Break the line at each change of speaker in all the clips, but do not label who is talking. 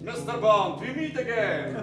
Mr. Bond, we meet again!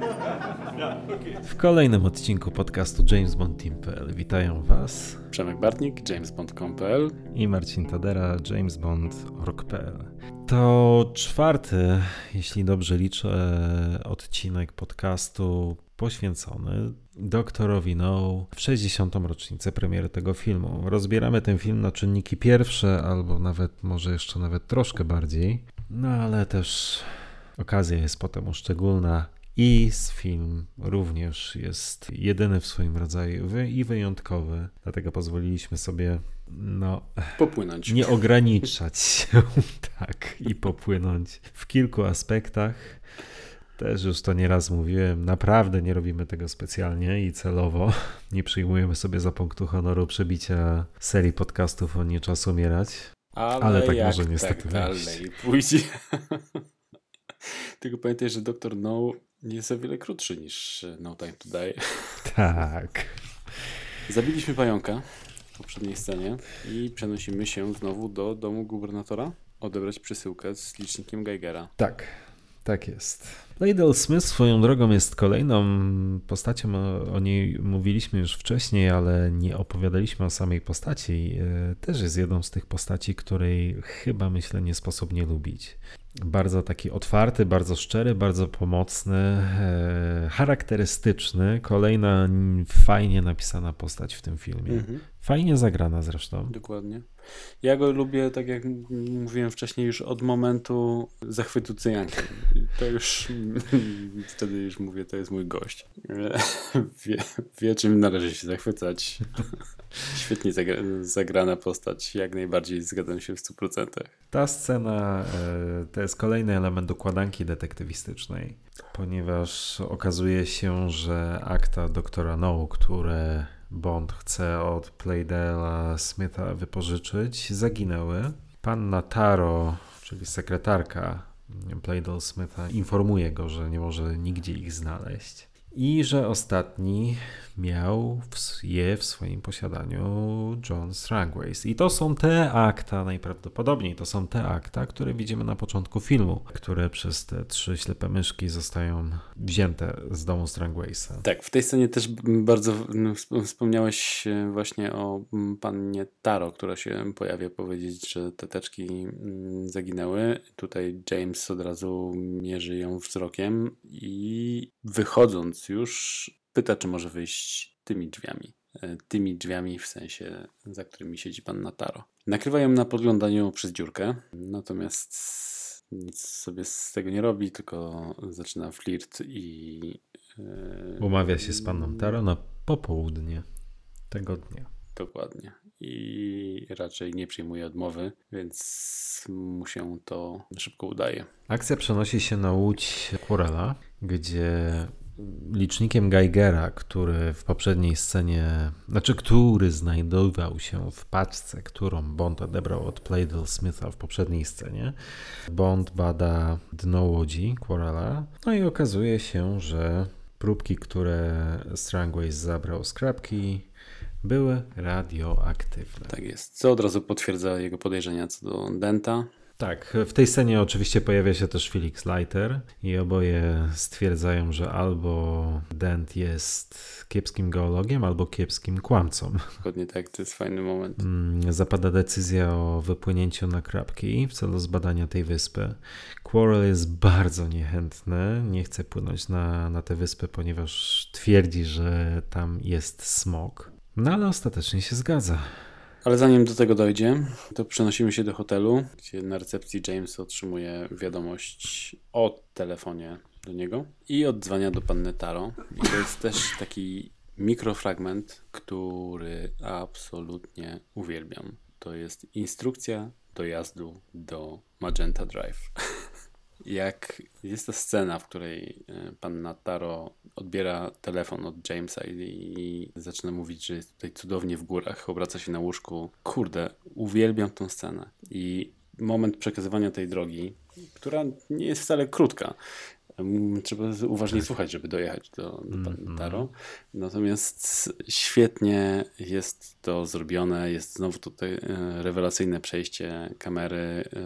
W kolejnym odcinku podcastu James Bond Team.pl witają Was
Przemek Bartnik, jamesbond.com.pl
i Marcin Tadera, jamesbond.org.pl. To czwarty, jeśli dobrze liczę, odcinek podcastu poświęcony Doktorowi No w 60. rocznicę premiery tego filmu. Rozbieramy ten film na czynniki pierwsze, albo może jeszcze troszkę bardziej, no ale też okazja jest potem szczególna i film również jest jedyny w swoim rodzaju i wyjątkowy, dlatego pozwoliliśmy sobie
popłynąć.
Nie ograniczać się i popłynąć w kilku aspektach. Też już to nieraz mówiłem, naprawdę nie robimy tego specjalnie i celowo. Nie przyjmujemy sobie za punktu honoru przebicia serii podcastów o Nie czas umierać. Ale tak może niestety
tak dalej pójdzie. Tylko pamiętaj, że Dr. No jest o wiele krótszy niż No Time to Die.
Tak.
Zabiliśmy pająka w poprzedniej scenie i przenosimy się znowu do domu gubernatora odebrać przesyłkę z licznikiem Geigera.
Tak jest. Ladle Smith swoją drogą jest kolejną postacią, o niej mówiliśmy już wcześniej, ale nie opowiadaliśmy o samej postaci. Też jest jedną z tych postaci, której chyba, myślę, nie sposób nie lubić. Bardzo taki otwarty, bardzo szczery, bardzo pomocny, charakterystyczny. Kolejna fajnie napisana postać w tym filmie. Mhm. Fajnie zagrana zresztą.
Dokładnie. Ja go lubię, tak jak mówiłem wcześniej, już od momentu zachwytu cyjankiem. To już wtedy już mówię, to jest mój gość. Wie czym należy się zachwycać. Świetnie zagrana postać. Jak najbardziej zgadzam się w 100%.
Ta scena to jest kolejny element układanki detektywistycznej, ponieważ okazuje się, że akta doktora No, które Bond chce od Playdela Smitha wypożyczyć, zaginęły. Panna Taro, czyli sekretarka Playdale Smitha, informuje go, że nie może nigdzie ich znaleźć i że ostatni miał je w swoim posiadaniu John Strangways. I to są te akta, najprawdopodobniej to są te akta, które widzimy na początku filmu, które przez te 3 ślepe myszki zostają wzięte z domu Strangwaysa.
Tak, w tej scenie też bardzo wspomniałeś właśnie o pannie Taro, która się pojawia powiedzieć, że te teczki zaginęły. Tutaj James od razu mierzy ją wzrokiem i wychodząc już pyta, czy może wyjść tymi drzwiami. Tymi drzwiami w sensie, za którymi siedzi panna Taro. Nakrywa ją na podglądaniu przez dziurkę, natomiast nic sobie z tego nie robi, tylko zaczyna flirt i
umawia się z panną Taro na popołudnie tego dnia.
Dokładnie. I raczej nie przyjmuje odmowy, więc mu się to szybko udaje.
Akcja przenosi się na łódź Querela, gdzie licznikiem Geigera, który w poprzedniej scenie, który znajdował się w paczce, którą Bond odebrał od Playdale Smitha w poprzedniej scenie, Bond bada dno łodzi Querela, no i okazuje się, że próbki, które Strangways zabrał z krabki, były radioaktywne.
Tak jest, co od razu potwierdza jego podejrzenia co do Denta.
Tak, w tej scenie oczywiście pojawia się też Felix Leiter i oboje stwierdzają, że albo Dent jest kiepskim geologiem, albo kiepskim kłamcą.
Dokładnie tak, to jest fajny moment.
Zapada decyzja o wypłynięciu na krabki w celu zbadania tej wyspy. Querel jest bardzo niechętny, nie chce płynąć na tę wyspę, ponieważ twierdzi, że tam jest smog. No ale ostatecznie się zgadza.
Ale zanim do tego dojdzie, to przenosimy się do hotelu, gdzie na recepcji James otrzymuje wiadomość o telefonie do niego i oddzwania do panny Taro. I to jest też taki mikrofragment, który absolutnie uwielbiam. To jest instrukcja dojazdu do Magenta Drive. Jak jest ta scena, w której panna Taro odbiera telefon od Jamesa i zaczyna mówić, że jest tutaj cudownie w górach, obraca się na łóżku. Kurde, uwielbiam tą scenę. I moment przekazywania tej drogi, która nie jest wcale krótka. Trzeba uważnie słuchać, żeby dojechać do panny Taro. Natomiast świetnie jest to zrobione. Jest znowu tutaj rewelacyjne przejście kamery,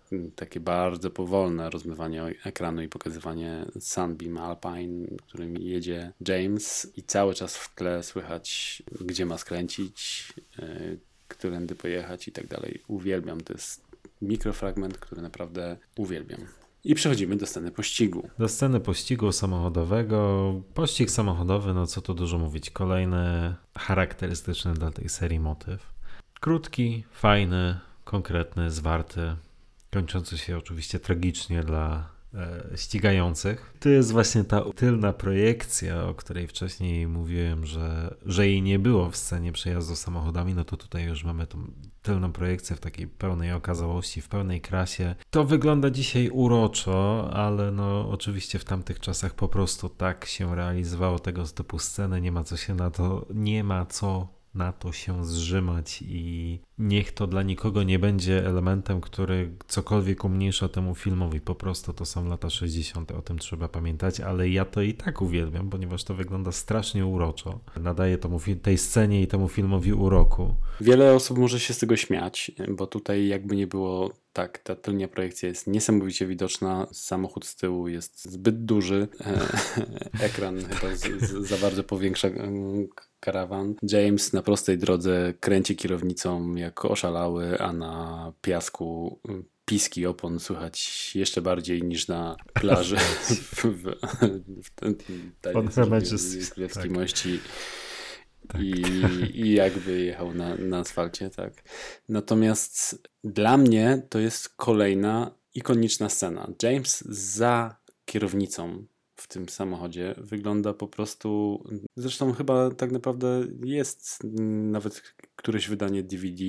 takie bardzo powolne rozmywanie ekranu i pokazywanie Sunbeam Alpine, którym jedzie James i cały czas w tle słychać, gdzie ma skręcić, którędy pojechać i tak dalej. Uwielbiam, to jest mikrofragment, który naprawdę uwielbiam. I przechodzimy do sceny pościgu.
Do sceny pościgu samochodowego. Pościg samochodowy, no co tu dużo mówić. Kolejny charakterystyczny dla tej serii motyw. Krótki, fajny, konkretny, zwarty. Kończący się oczywiście tragicznie dla ścigających. To jest właśnie ta tylna projekcja, o której wcześniej mówiłem, że jej nie było w scenie przejazdu samochodami, no to tutaj już mamy tą tylną projekcję w takiej pełnej okazałości, w pełnej krasie. To wygląda dzisiaj uroczo, ale no oczywiście w tamtych czasach po prostu tak się realizowało tego typu sceny, nie ma co na to się zrzymać i niech to dla nikogo nie będzie elementem, który cokolwiek umniejsza temu filmowi. Po prostu to są lata 60., o tym trzeba pamiętać, ale ja to i tak uwielbiam, ponieważ to wygląda strasznie uroczo. Nadaje tej scenie i temu filmowi uroku.
Wiele osób może się z tego śmiać, bo tutaj jakby nie było tak, ta tylnia projekcja jest niesamowicie widoczna, samochód z tyłu jest zbyt duży, ekran chyba za bardzo powiększa karawan. James na prostej drodze kręci kierownicą jak oszalały, a na piasku piski opon słychać jeszcze bardziej niż na plaży w Królewskiej Mości. Tak. I jakby jechał na asfalcie, tak. Natomiast dla mnie to jest kolejna ikoniczna scena. James za kierownicą w tym samochodzie wygląda po prostu, zresztą chyba tak naprawdę jest nawet któreś wydanie DVD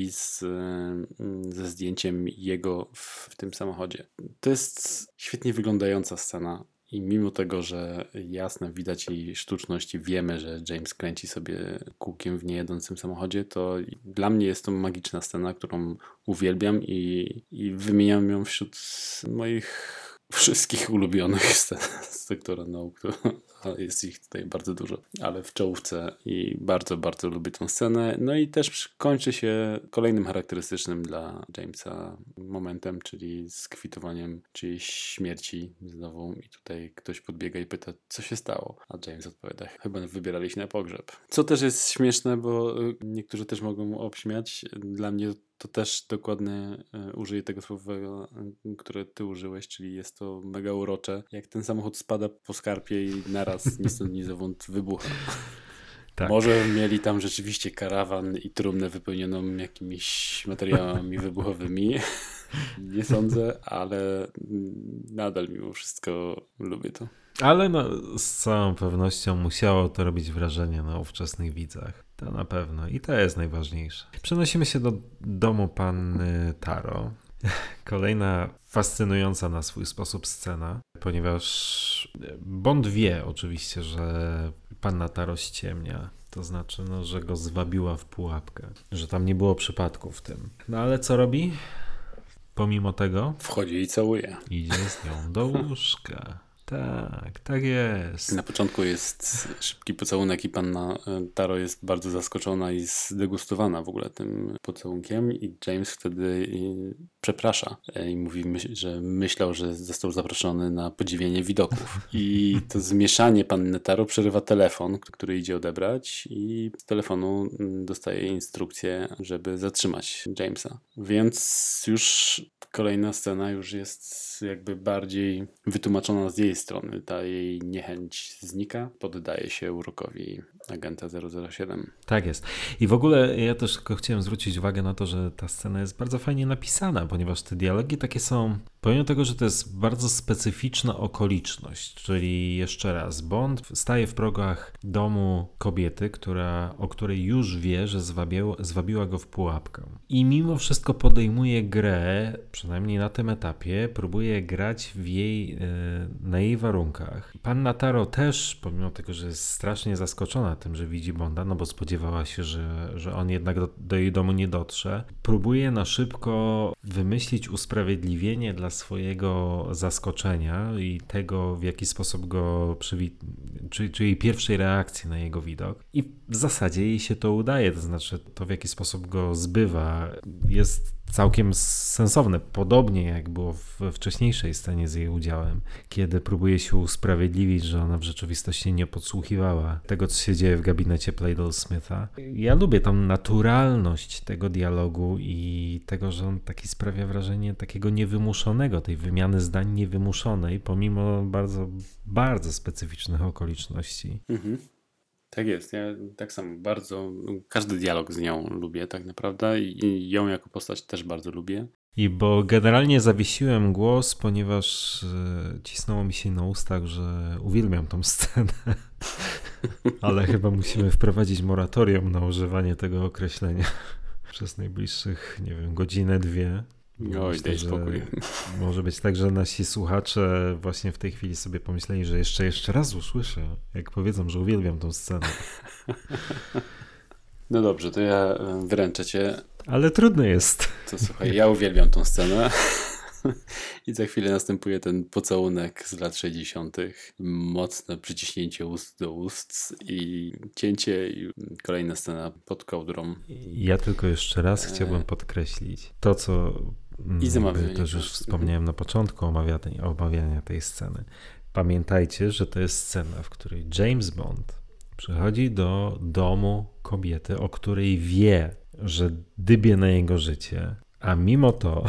ze zdjęciem jego w tym samochodzie. To jest świetnie wyglądająca scena. I mimo tego, że jasne widać jej sztuczność i wiemy, że James kręci sobie kółkiem w niejedącym samochodzie, to dla mnie jest to magiczna scena, którą uwielbiam i wymieniam ją wśród moich wszystkich ulubionych scen z Doktora No, jest ich tutaj bardzo dużo, ale w czołówce i bardzo, bardzo lubię tę scenę. No i też kończy się kolejnym charakterystycznym dla Jamesa momentem, czyli skwitowaniem czyjejś śmierci znowu i tutaj ktoś podbiega i pyta, co się stało, a James odpowiada, chyba wybierali się na pogrzeb. Co też jest śmieszne, bo niektórzy też mogą obśmiać. Dla mnie to też dokładnie użyję tego słowa, które ty użyłeś, czyli jest to mega urocze. Jak ten samochód spada po skarpie i naraz ni stąd ni zowąd wybucha. Tak. Może mieli tam rzeczywiście karawan i trumnę wypełnioną jakimiś materiałami wybuchowymi. Nie sądzę, ale nadal mimo wszystko lubię to.
Ale no, z całą pewnością musiało to robić wrażenie na ówczesnych widzach. To na pewno. I to jest najważniejsze. Przenosimy się do domu panny Taro. Kolejna fascynująca na swój sposób scena, ponieważ Bond wie oczywiście, że panna Taro ściemnia. To znaczy, no, że go zwabiła w pułapkę. Że tam nie było przypadku w tym. No ale co robi? Pomimo tego?
Wchodzi i całuje.
Idzie z nią do łóżka. Tak jest.
Na początku jest szybki pocałunek i panna Taro jest bardzo zaskoczona i zdegustowana w ogóle tym pocałunkiem i James wtedy przeprasza i mówi, że myślał, że został zaproszony na podziwienie widoków. I to zmieszanie panny Taro przerywa telefon, który idzie odebrać i z telefonu dostaje instrukcję, żeby zatrzymać Jamesa. Więc już kolejna scena już jest jakby bardziej wytłumaczona z jej strony. Ta jej niechęć znika, poddaje się urokowi agenta 007.
Tak jest. I w ogóle ja też tylko chciałem zwrócić uwagę na to, że ta scena jest bardzo fajnie napisana, ponieważ te dialogi takie są, pomimo tego, że to jest bardzo specyficzna okoliczność, czyli jeszcze raz, Bond staje w progach domu kobiety, o której już wie, że zwabiła go w pułapkę. I mimo wszystko podejmuje grę, przynajmniej na tym etapie, próbuje grać na jej warunkach. Panna Taro też, pomimo tego, że jest strasznie zaskoczona tym, że widzi Bonda, no bo spodziewała się, że on jednak do jej domu nie dotrze, próbuje na szybko wymyślić usprawiedliwienie dla swojego zaskoczenia i tego, w jaki sposób go czy jej pierwszej reakcji na jego widok. I w zasadzie jej się to udaje, to znaczy to, w jaki sposób go zbywa, jest całkiem sensowne, podobnie jak było we wcześniejszej scenie z jej udziałem, kiedy próbuje się usprawiedliwić, że ona w rzeczywistości nie podsłuchiwała tego, co się dzieje w gabinecie Playdell Smitha. Ja lubię tą naturalność tego dialogu i tego, że on taki sprawia wrażenie takiego niewymuszonego, tej wymiany zdań niewymuszonej, pomimo bardzo, bardzo specyficznych okoliczności.
Tak jest, ja tak samo bardzo, każdy dialog z nią lubię tak naprawdę i ją jako postać też bardzo lubię.
I bo generalnie zawiesiłem głos, ponieważ cisnęło mi się na ustach, że uwielbiam tą scenę, ale chyba musimy wprowadzić moratorium na używanie tego określenia przez najbliższych, nie wiem, godzinę, dwie.
Oj, daj spokój.
Może być tak, że nasi słuchacze właśnie w tej chwili sobie pomyśleli, że jeszcze raz usłyszę, jak powiedzą, że uwielbiam tą scenę.
No dobrze, to ja wyręczę cię.
Ale trudno jest.
To słuchaj, ja uwielbiam tą scenę. I za chwilę następuje ten pocałunek z lat 60. Mocne przyciśnięcie ust do ust i cięcie i kolejna scena pod kołdrą.
Ja tylko jeszcze raz chciałbym podkreślić to, co też już wspomniałem na początku omawiania tej sceny. Pamiętajcie, że to jest scena, w której James Bond przychodzi do domu kobiety, o której wie, że dybie na jego życie, a mimo to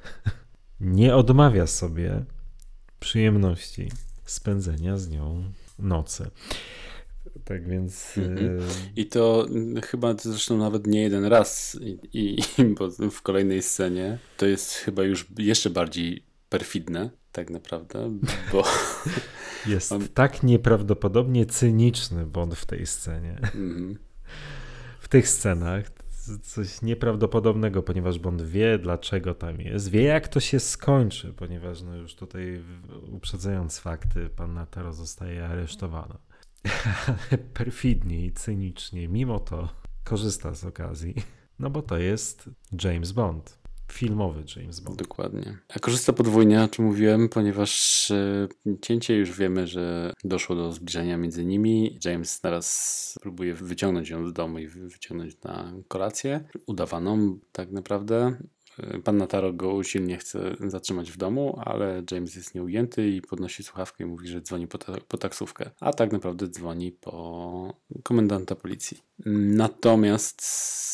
nie odmawia sobie przyjemności spędzenia z nią nocy. Tak więc...
I to chyba zresztą nawet nie jeden raz bo w kolejnej scenie to jest chyba już jeszcze bardziej perfidne tak naprawdę, bo...
Jest tak nieprawdopodobnie cyniczny Bond w tej scenie. W tych scenach coś nieprawdopodobnego, ponieważ Bond wie, dlaczego tam jest, wie, jak to się skończy, ponieważ no już tutaj uprzedzając fakty, panna Taro zostaje aresztowana. Ale perfidnie i cynicznie, mimo to korzysta z okazji, no bo to jest James Bond. Filmowy James Bond.
Dokładnie. A korzysta podwójnie, o czym mówiłem, ponieważ cięcie już wiemy, że doszło do zbliżenia między nimi. James teraz próbuje wyciągnąć ją z domu i wyciągnąć na kolację. Udawaną tak naprawdę. Panna Taro go usilnie chce zatrzymać w domu, ale James jest nieujęty i podnosi słuchawkę i mówi, że dzwoni po taksówkę. A tak naprawdę dzwoni po komendanta policji. Natomiast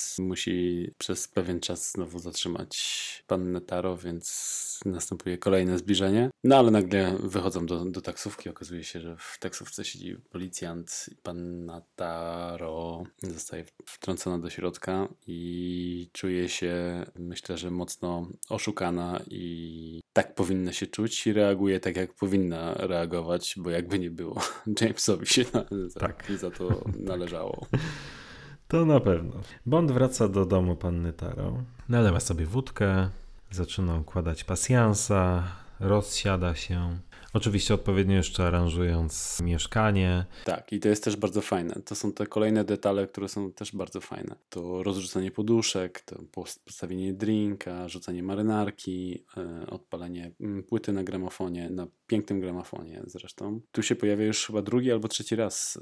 musi przez pewien czas znowu zatrzymać pannę Taro, więc następuje kolejne zbliżenie. No ale nagle wychodzą do taksówki. Okazuje się, że w taksówce siedzi policjant i panna Taro zostaje wtrącona do środka i czuje się, myślę, że mocno oszukana i tak powinna się czuć i reaguje tak, jak powinna reagować, bo jakby nie było, Jamesowi się za to należało.
To na pewno. Bond wraca do domu panny Taro, nalewa sobie wódkę, zaczyna układać pasjansa, rozsiada się. Oczywiście odpowiednio jeszcze aranżując mieszkanie.
Tak, i to jest też bardzo fajne. To są te kolejne detale, które są też bardzo fajne. To rozrzucanie poduszek, to postawienie drinka, rzucanie marynarki, odpalenie płyty na gramofonie, na pięknym gramofonie zresztą. Tu się pojawia już chyba drugi albo trzeci raz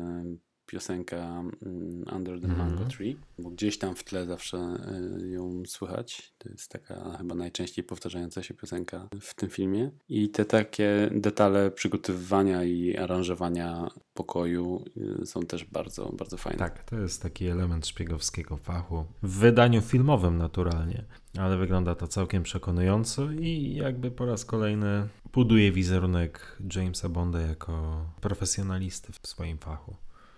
piosenka Under the Mango Tree, bo gdzieś tam w tle zawsze ją słychać. To jest taka chyba najczęściej powtarzająca się piosenka w tym filmie. I te takie detale przygotowywania i aranżowania pokoju są też bardzo, bardzo fajne.
Tak, to jest taki element szpiegowskiego fachu. W wydaniu filmowym naturalnie, ale wygląda to całkiem przekonująco i jakby po raz kolejny buduje wizerunek Jamesa Bonda jako profesjonalisty w swoim fachu.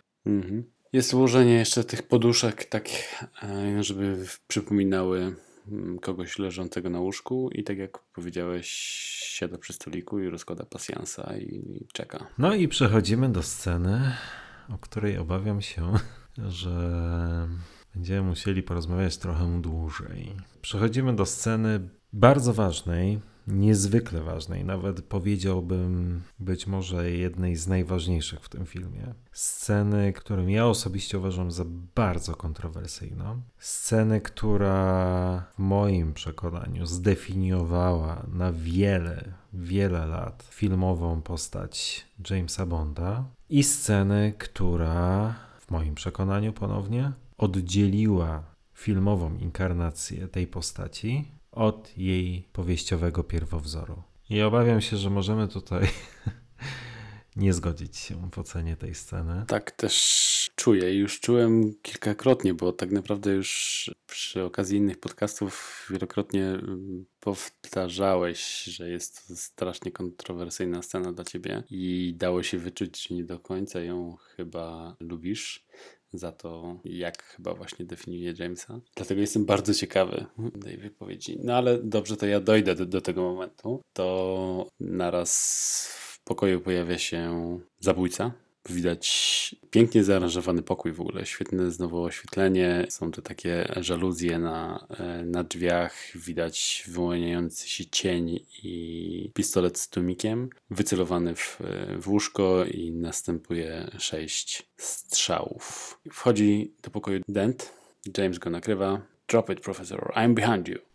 Jest ułożenie jeszcze tych poduszek tak, żeby przypominały kogoś leżącego na łóżku i tak jak powiedziałeś, siada przy stoliku i rozkłada pasjansa i czeka.
No i przechodzimy do sceny, o której obawiam się, że będziemy musieli porozmawiać trochę dłużej. Przechodzimy do sceny bardzo ważnej, niezwykle ważnej, nawet powiedziałbym być może jednej z najważniejszych w tym filmie. Sceny, którą ja osobiście uważam za bardzo kontrowersyjną. Sceny, która w moim przekonaniu zdefiniowała na wiele, wiele lat filmową postać Jamesa Bonda i sceny, która w moim przekonaniu ponownie oddzieliła filmową inkarnację tej postaci od jej powieściowego pierwowzoru. I obawiam się, że możemy tutaj nie zgodzić się w ocenie tej sceny.
Tak też czuję i już czułem kilkakrotnie, bo tak naprawdę już przy okazji innych podcastów wielokrotnie powtarzałeś, że jest to strasznie kontrowersyjna scena dla ciebie i dało się wyczuć, że nie do końca ją chyba lubisz za to, jak chyba właśnie definiuje Jamesa. Dlatego jestem bardzo ciekawy tej wypowiedzi. No ale dobrze, to ja dojdę do tego momentu. To naraz w pokoju pojawia się zabójca. Widać pięknie zaaranżowany pokój w ogóle, świetne znowu oświetlenie, są to takie żaluzje na drzwiach, widać wyłaniający się cień i pistolet z tłumikiem, wycelowany w łóżko i następuje 6 strzałów. Wchodzi do pokoju Dent, James go nakrywa. Drop it, professor, I'm behind you.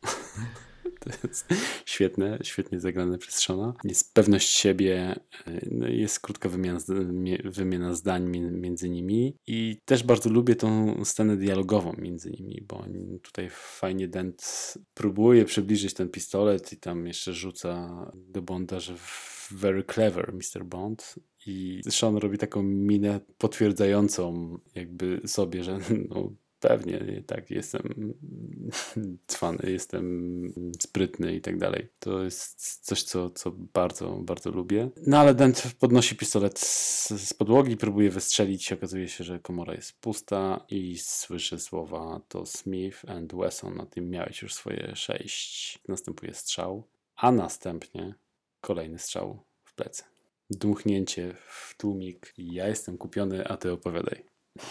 To jest świetnie zagrane przez Seana. Jest pewność siebie, no jest krótka wymiana zdań między nimi i też bardzo lubię tą scenę dialogową między nimi, bo tutaj fajnie Dent próbuje przybliżyć ten pistolet i tam jeszcze rzuca do Bonda, że very clever, Mr. Bond. I Sean robi taką minę potwierdzającą jakby sobie, że no, pewnie, tak, jestem cwany, jestem sprytny i tak dalej. To jest coś, co bardzo, bardzo lubię. No ale Dent podnosi pistolet z podłogi, próbuje wystrzelić. Okazuje się, że komora jest pusta i słyszy słowa to Smith and Wesson. Na tym miałeś już swoje 6. Następuje strzał, a następnie kolejny strzał w plecy. Dmuchnięcie w tłumik. Ja jestem kupiony, a ty opowiadaj.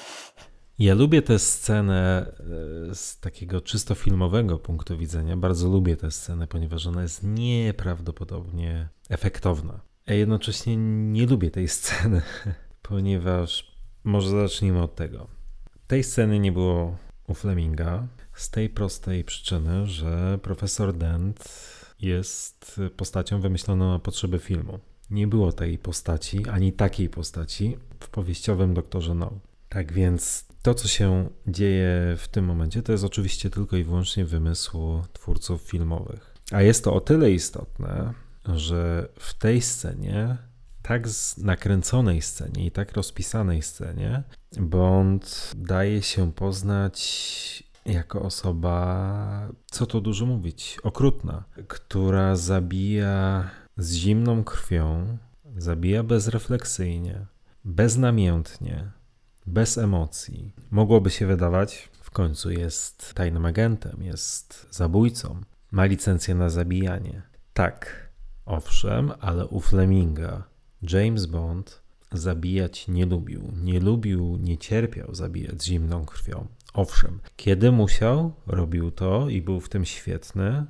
Ja lubię tę scenę z takiego czysto filmowego punktu widzenia. Bardzo lubię tę scenę, ponieważ ona jest nieprawdopodobnie efektowna. A jednocześnie nie lubię tej sceny, ponieważ może zacznijmy od tego. Tej sceny nie było u Fleminga z tej prostej przyczyny, że profesor Dent jest postacią wymyśloną na potrzeby filmu. Nie było tej postaci, ani takiej postaci w powieściowym Doktorze No. Tak więc to, co się dzieje w tym momencie, to jest oczywiście tylko i wyłącznie wymysł twórców filmowych. A jest to o tyle istotne, że w tej scenie, tak nakręconej scenie i tak rozpisanej scenie, Bond daje się poznać jako osoba, co tu dużo mówić, okrutna, która zabija z zimną krwią, zabija bezrefleksyjnie, beznamiętnie, bez emocji. Mogłoby się wydawać, w końcu jest tajnym agentem, jest zabójcą, ma licencję na zabijanie. Tak, owszem, ale u Fleminga James Bond zabijać nie lubił, nie cierpiał zabijać zimną krwią. Owszem, kiedy musiał, robił to i był w tym świetny,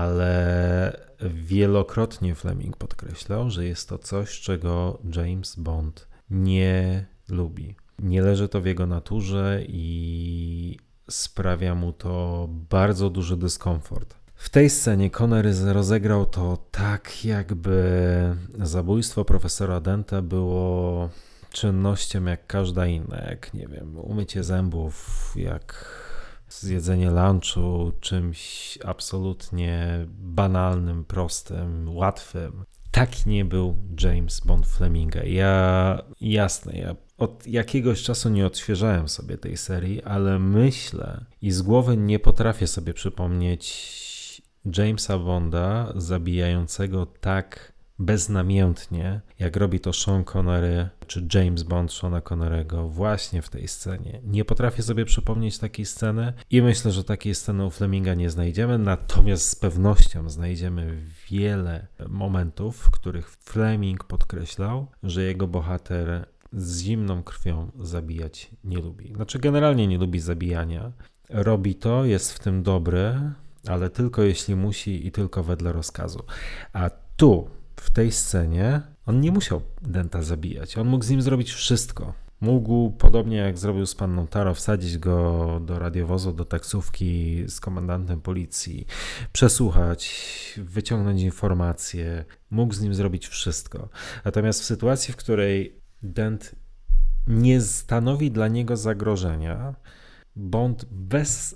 ale wielokrotnie Fleming podkreślał, że jest to coś, czego James Bond nie lubi. Nie leży to w jego naturze i sprawia mu to bardzo duży dyskomfort. W tej scenie Connery rozegrał to tak, jakby zabójstwo profesora Denta było czynnością jak każda inna, jak nie wiem, umycie zębów, jak zjedzenie lunchu, czymś absolutnie banalnym, prostym, łatwym. Tak nie był James Bond Fleminga. Ja od jakiegoś czasu nie odświeżałem sobie tej serii, ale myślę i z głowy nie potrafię sobie przypomnieć Jamesa Bonda zabijającego tak beznamiętnie, jak robi to Sean Connery, czy James Bond Seana Connery'ego właśnie w tej scenie. Nie potrafię sobie przypomnieć takiej sceny i myślę, że takiej sceny u Fleminga nie znajdziemy, natomiast z pewnością znajdziemy wiele momentów, w których Fleming podkreślał, że jego bohater z zimną krwią zabijać nie lubi. Znaczy generalnie nie lubi zabijania. Robi to, jest w tym dobry, ale tylko jeśli musi i tylko wedle rozkazu. A tu, w tej scenie, on nie musiał Denta zabijać. On mógł z nim zrobić wszystko. Mógł, podobnie jak zrobił z panną Taro, wsadzić go do radiowozu, do taksówki z komendantem policji, przesłuchać, wyciągnąć informacje. Mógł z nim zrobić wszystko. Natomiast w sytuacji, w której Dent nie stanowi dla niego zagrożenia, Bond bez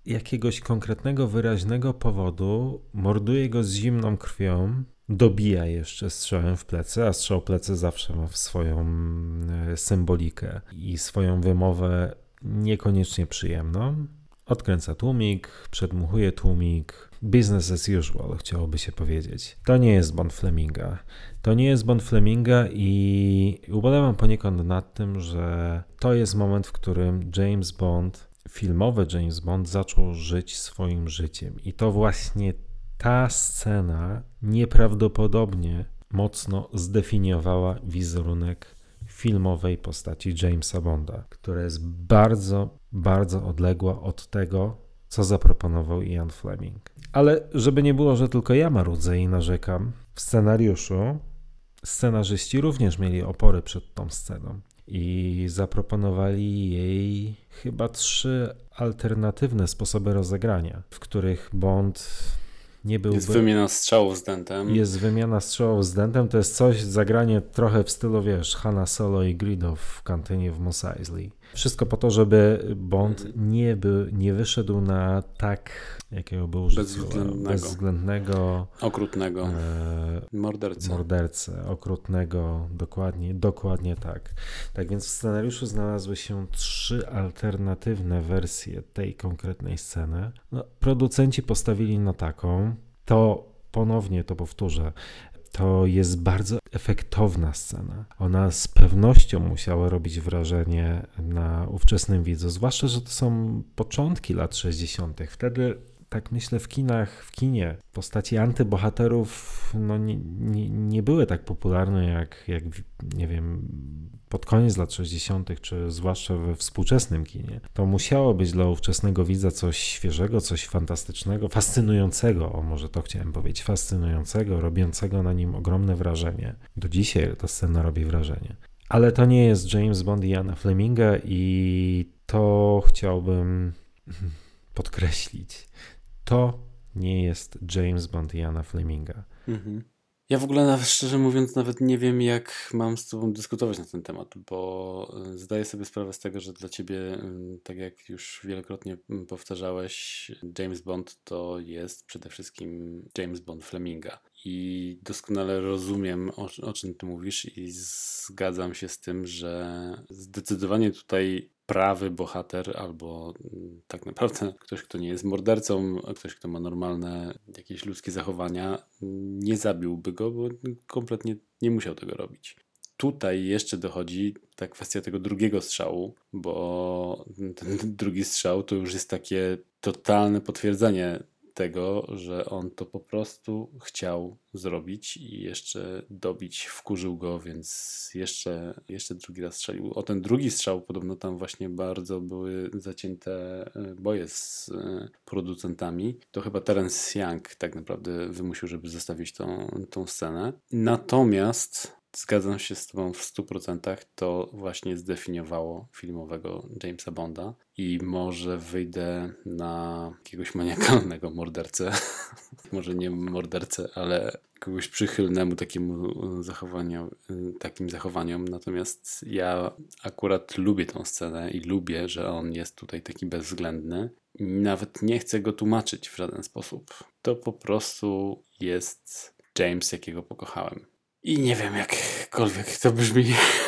jakiegoś konkretnego, wyraźnego powodu morduje go z zimną krwią, dobija jeszcze strzałem w plecy, a strzał w plecy zawsze ma swoją symbolikę i swoją wymowę niekoniecznie przyjemną. Odkręca tłumik, przedmuchuje tłumik. Business as usual, chciałoby się powiedzieć. To nie jest Bond Fleminga. To nie jest Bond Fleminga i ubolewam poniekąd nad tym, że to jest moment, w którym James Bond, filmowy James Bond, zaczął żyć swoim życiem. I to właśnie ta scena nieprawdopodobnie mocno zdefiniowała wizerunek filmowej postaci Jamesa Bonda, która jest bardzo, bardzo odległa od tego, co zaproponował Ian Fleming. Ale żeby nie było, że tylko ja marudzę i narzekam, w scenariuszu scenarzyści również mieli opory przed tą sceną i zaproponowali jej chyba 3 alternatywne sposoby rozegrania, w których Bond nie byłby...
Jest wymiana strzałów z Dentem.
Jest wymiana strzałów z Dentem, to jest coś, zagranie trochę w stylu, wiesz, Hanna Solo i Greedo w kantynie w Mos Eisley. Wszystko po to, żeby Bond nie wyszedł na tak, jakiego był użyć, bezwzględnego,
okrutnego mordercę,
okrutnego, dokładnie tak. Tak więc w scenariuszu znalazły się 3 alternatywne wersje tej konkretnej sceny. No, producenci postawili na taką, to ponownie to powtórzę, to jest bardzo efektowna scena. Ona z pewnością musiała robić wrażenie na ówczesnym widzu, zwłaszcza, że to są początki lat 60. Wtedy, tak myślę, w kinie postaci antybohaterów no, nie były tak popularne jak nie wiem, pod koniec lat 60., czy zwłaszcza we współczesnym kinie. To musiało być dla ówczesnego widza coś świeżego, coś fantastycznego, fascynującego, o może to chciałem powiedzieć, fascynującego, robiącego na nim ogromne wrażenie. Do dzisiaj ta scena robi wrażenie. Ale to nie jest James Bond i Iana Fleminga i to chciałbym podkreślić. To nie jest James Bond i Iana Fleminga.
Ja w ogóle, szczerze mówiąc, nawet nie wiem, jak mam z tobą dyskutować na ten temat, bo zdaję sobie sprawę z tego, że dla ciebie, tak jak już wielokrotnie powtarzałeś, James Bond to jest przede wszystkim James Bond Fleminga. I doskonale rozumiem, o czym ty mówisz i zgadzam się z tym, że zdecydowanie tutaj prawy bohater albo tak naprawdę ktoś, kto nie jest mordercą, ktoś, kto ma normalne jakieś ludzkie zachowania, nie zabiłby go, bo kompletnie nie musiał tego robić. Tutaj jeszcze dochodzi ta kwestia tego drugiego strzału, bo ten drugi strzał to już jest takie totalne potwierdzenie tego, że on to po prostu chciał zrobić i jeszcze dobić, wkurzył go, więc jeszcze drugi raz strzelił. O ten drugi strzał podobno tam właśnie bardzo były zacięte boje z producentami. To chyba Terence Young tak naprawdę wymusił, żeby zostawić tą scenę. Natomiast zgadzam się z tobą w 100%, to właśnie zdefiniowało filmowego Jamesa Bonda i może wyjdę na jakiegoś maniakalnego mordercę, może nie mordercę, ale kogoś przychylnemu takim zachowaniom, natomiast ja akurat lubię tą scenę i lubię, że on jest tutaj taki bezwzględny. Nawet nie chcę go tłumaczyć w żaden sposób. To po prostu jest James, jakiego pokochałem. I nie wiem, jakkolwiek to brzmi.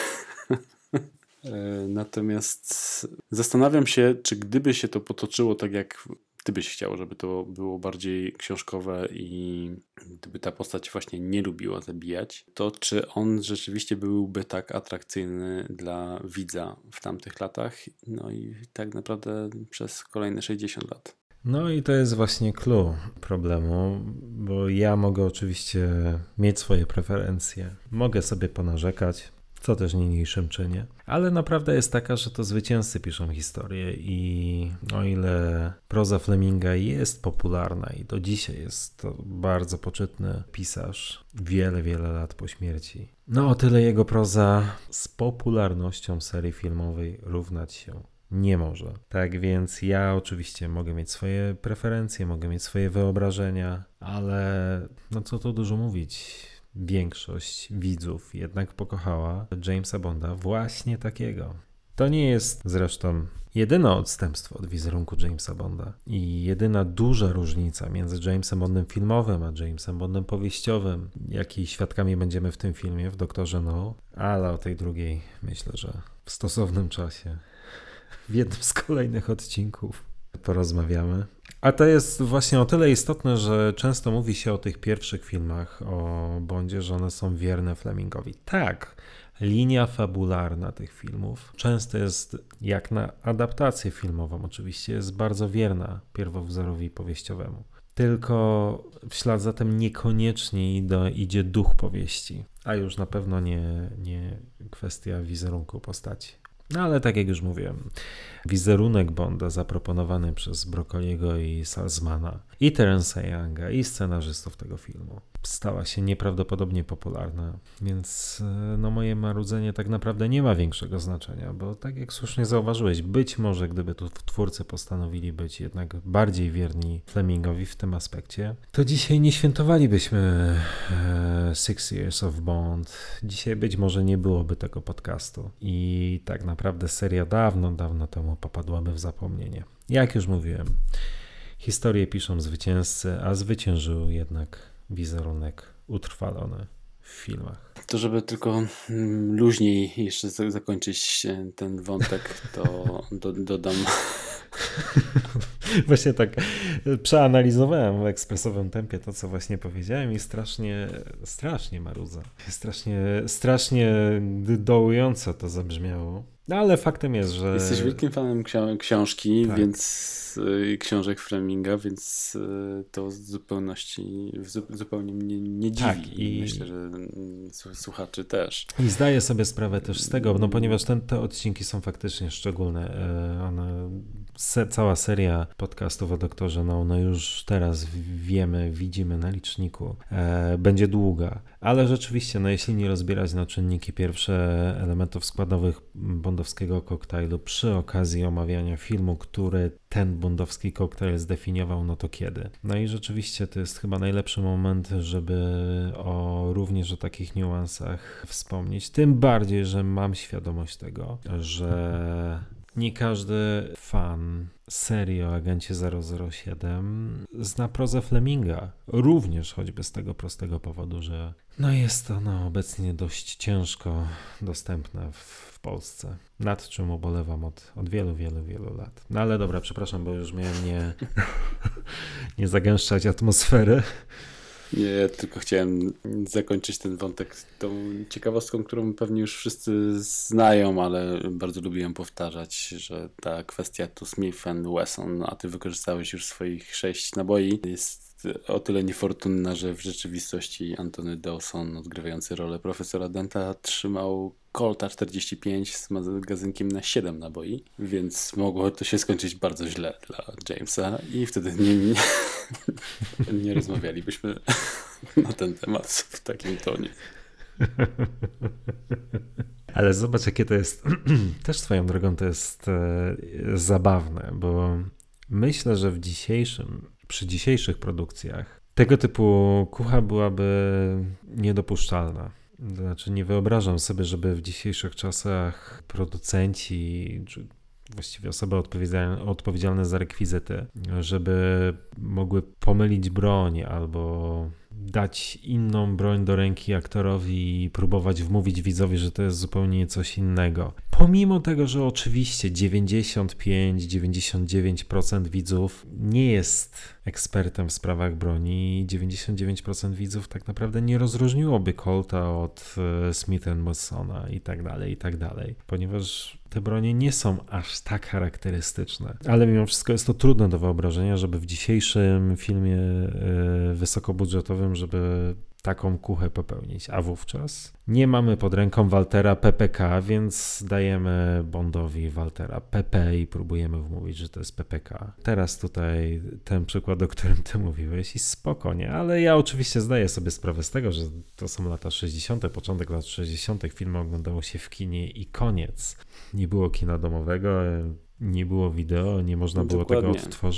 Natomiast zastanawiam się, czy gdyby się to potoczyło tak, jak ty byś chciał, żeby to było bardziej książkowe i gdyby ta postać właśnie nie lubiła zabijać, to czy on rzeczywiście byłby tak atrakcyjny dla widza w tamtych latach? No i tak naprawdę przez kolejne 60 lat.
No i to jest właśnie clue problemu, bo ja mogę oczywiście mieć swoje preferencje, mogę sobie ponarzekać, co też niniejszym czynię, ale naprawdę jest taka, że to zwycięzcy piszą historię i o ile proza Fleminga jest popularna i do dzisiaj jest to bardzo poczytny pisarz, wiele, wiele lat po śmierci, no o tyle jego proza z popularnością serii filmowej równać się nie może. Tak więc ja oczywiście mogę mieć swoje preferencje, mogę mieć swoje wyobrażenia, ale no co tu dużo mówić, większość widzów jednak pokochała Jamesa Bonda właśnie takiego. To nie jest zresztą jedyne odstępstwo od wizerunku Jamesa Bonda i jedyna duża różnica między Jamesem Bondem filmowym a Jamesem Bondem powieściowym, jakiej świadkami będziemy w tym filmie, w Doktorze No, ale o tej drugiej myślę, że w stosownym czasie, w jednym z kolejnych odcinków porozmawiamy. A to jest właśnie o tyle istotne, że często mówi się o tych pierwszych filmach o Bondzie, że one są wierne Flemingowi. Tak, linia fabularna tych filmów często jest, jak na adaptację filmową oczywiście, jest bardzo wierna pierwowzorowi powieściowemu. Tylko w ślad za tym niekoniecznie idzie duch powieści, a już na pewno nie kwestia wizerunku postaci. No ale tak jak już mówiłem, wizerunek Bonda zaproponowany przez Broccoliego i Salzmana i Terence'a Younga i scenarzystów tego filmu stała się nieprawdopodobnie popularna, więc no moje marudzenie tak naprawdę nie ma większego znaczenia, bo tak jak słusznie zauważyłeś, być może gdyby tu twórcy postanowili być jednak bardziej wierni Flemingowi w tym aspekcie, to dzisiaj nie świętowalibyśmy 6 Years of Bond, dzisiaj być może nie byłoby tego podcastu i tak naprawdę seria dawno temu popadłaby w zapomnienie. Jak już mówiłem, historię piszą zwycięzcy, a zwyciężył jednak wizerunek utrwalony w filmach.
To żeby tylko luźniej jeszcze zakończyć ten wątek, to dodam.
Właśnie tak przeanalizowałem w ekspresowym tempie to, co właśnie powiedziałem i strasznie marudza. Strasznie dołująco to zabrzmiało. No ale faktem jest, że...
Jesteś wielkim fanem książki,
tak.
więc książek Fleminga, więc to zupełnie mnie nie dziwi.
Tak, i
myślę, że słuchaczy też.
I zdaję sobie sprawę też z tego, no ponieważ te odcinki są faktycznie szczególne. Cała seria podcastów o Doktorze No już teraz widzimy na liczniku, będzie długa, ale rzeczywiście, no jeśli nie rozbierać na czynniki pierwsze elementów składowych bondowskiego koktajlu przy okazji omawiania filmu, który ten bondowski koktajl zdefiniował, no to kiedy? No i rzeczywiście to jest chyba najlepszy moment, żeby również o takich niuansach wspomnieć, tym bardziej, że mam świadomość tego, że nie każdy fan serii o agencie 007 zna prozę Fleminga. Również choćby z tego prostego powodu, że no jest ona obecnie dość ciężko dostępna w Polsce. Nad czym ubolewam od wielu lat. No ale dobra, przepraszam, bo już miałem nie zagęszczać atmosfery.
Nie, tylko chciałem zakończyć ten wątek tą ciekawostką, którą pewnie już wszyscy znają, ale bardzo lubię ją powtarzać, że ta kwestia to Smith & Wesson, a ty wykorzystałeś już swoich 6 naboi, jest o tyle niefortunna, że w rzeczywistości Antony Dawson, odgrywający rolę profesora Denta, trzymał Colta 45 z magazynkiem na 7 naboi, więc mogło to się skończyć bardzo źle dla Jamesa i wtedy nie rozmawialibyśmy na ten temat w takim tonie.
Ale zobacz, jakie to jest, też swoją drogą to jest zabawne, bo myślę, że przy dzisiejszych produkcjach tego typu kucha byłaby niedopuszczalna. Znaczy nie wyobrażam sobie, żeby w dzisiejszych czasach producenci, czy właściwie osoby odpowiedzialne za rekwizyty, żeby mogły pomylić broń albo dać inną broń do ręki aktorowi i próbować wmówić widzowi, że to jest zupełnie coś innego. Pomimo tego, że oczywiście 95-99% widzów nie jest ekspertem w sprawach broni i 99% widzów tak naprawdę nie rozróżniłoby Colta od Smith & Wessona i tak dalej, ponieważ te bronie nie są aż tak charakterystyczne. Ale mimo wszystko jest to trudne do wyobrażenia, żeby w dzisiejszym filmie wysokobudżetowym, żeby taką kuchę popełnić. A wówczas nie mamy pod ręką Waltera PPK, więc dajemy Bondowi Waltera PP i próbujemy wmówić, że to jest PPK. Teraz tutaj ten przykład, o którym ty mówiłeś i spokojnie, ale ja oczywiście zdaję sobie sprawę z tego, że to są lata 60., początek lat 60., filmy oglądało się w kinie i koniec. Nie było kina domowego, nie było wideo, nie można było tego odtworzyć.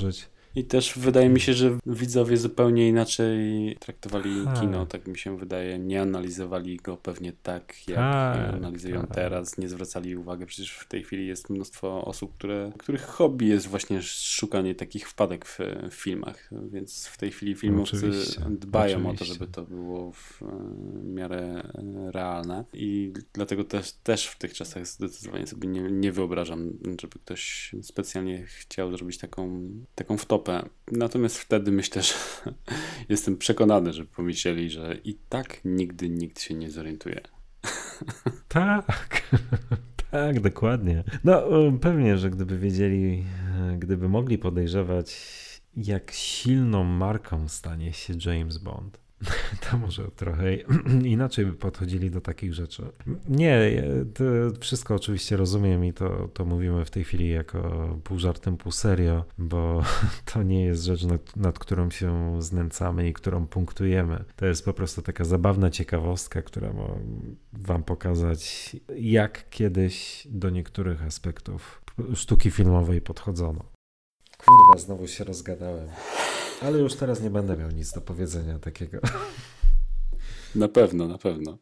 I też wydaje mi się, że widzowie zupełnie inaczej traktowali kino, tak mi się wydaje. Nie analizowali go pewnie tak, jak analizują teraz. Nie zwracali uwagi. Przecież w tej chwili jest mnóstwo osób, których hobby jest właśnie szukanie takich wpadek w filmach. Więc w tej chwili filmowcy dbają o to, żeby to było w miarę realne. I dlatego też w tych czasach zdecydowanie sobie nie wyobrażam, żeby ktoś specjalnie chciał zrobić taką wtopę. Natomiast wtedy myślę, że jestem przekonany, że pomyśleli, że i tak nigdy nikt się nie zorientuje.
Tak, tak, dokładnie. No pewnie, że gdyby wiedzieli, gdyby mogli podejrzewać, jak silną marką stanie się James Bond, to może trochę inaczej by podchodzili do takich rzeczy. Nie, to wszystko oczywiście rozumiem i to mówimy w tej chwili jako pół żartem, pół serio, bo to nie jest rzecz, nad którą się znęcamy i którą punktujemy. To jest po prostu taka zabawna ciekawostka, która ma wam pokazać, jak kiedyś do niektórych aspektów sztuki filmowej podchodzono. Kurwa, znowu się rozgadałem. Ale już teraz nie będę miał nic do powiedzenia takiego.
Na pewno.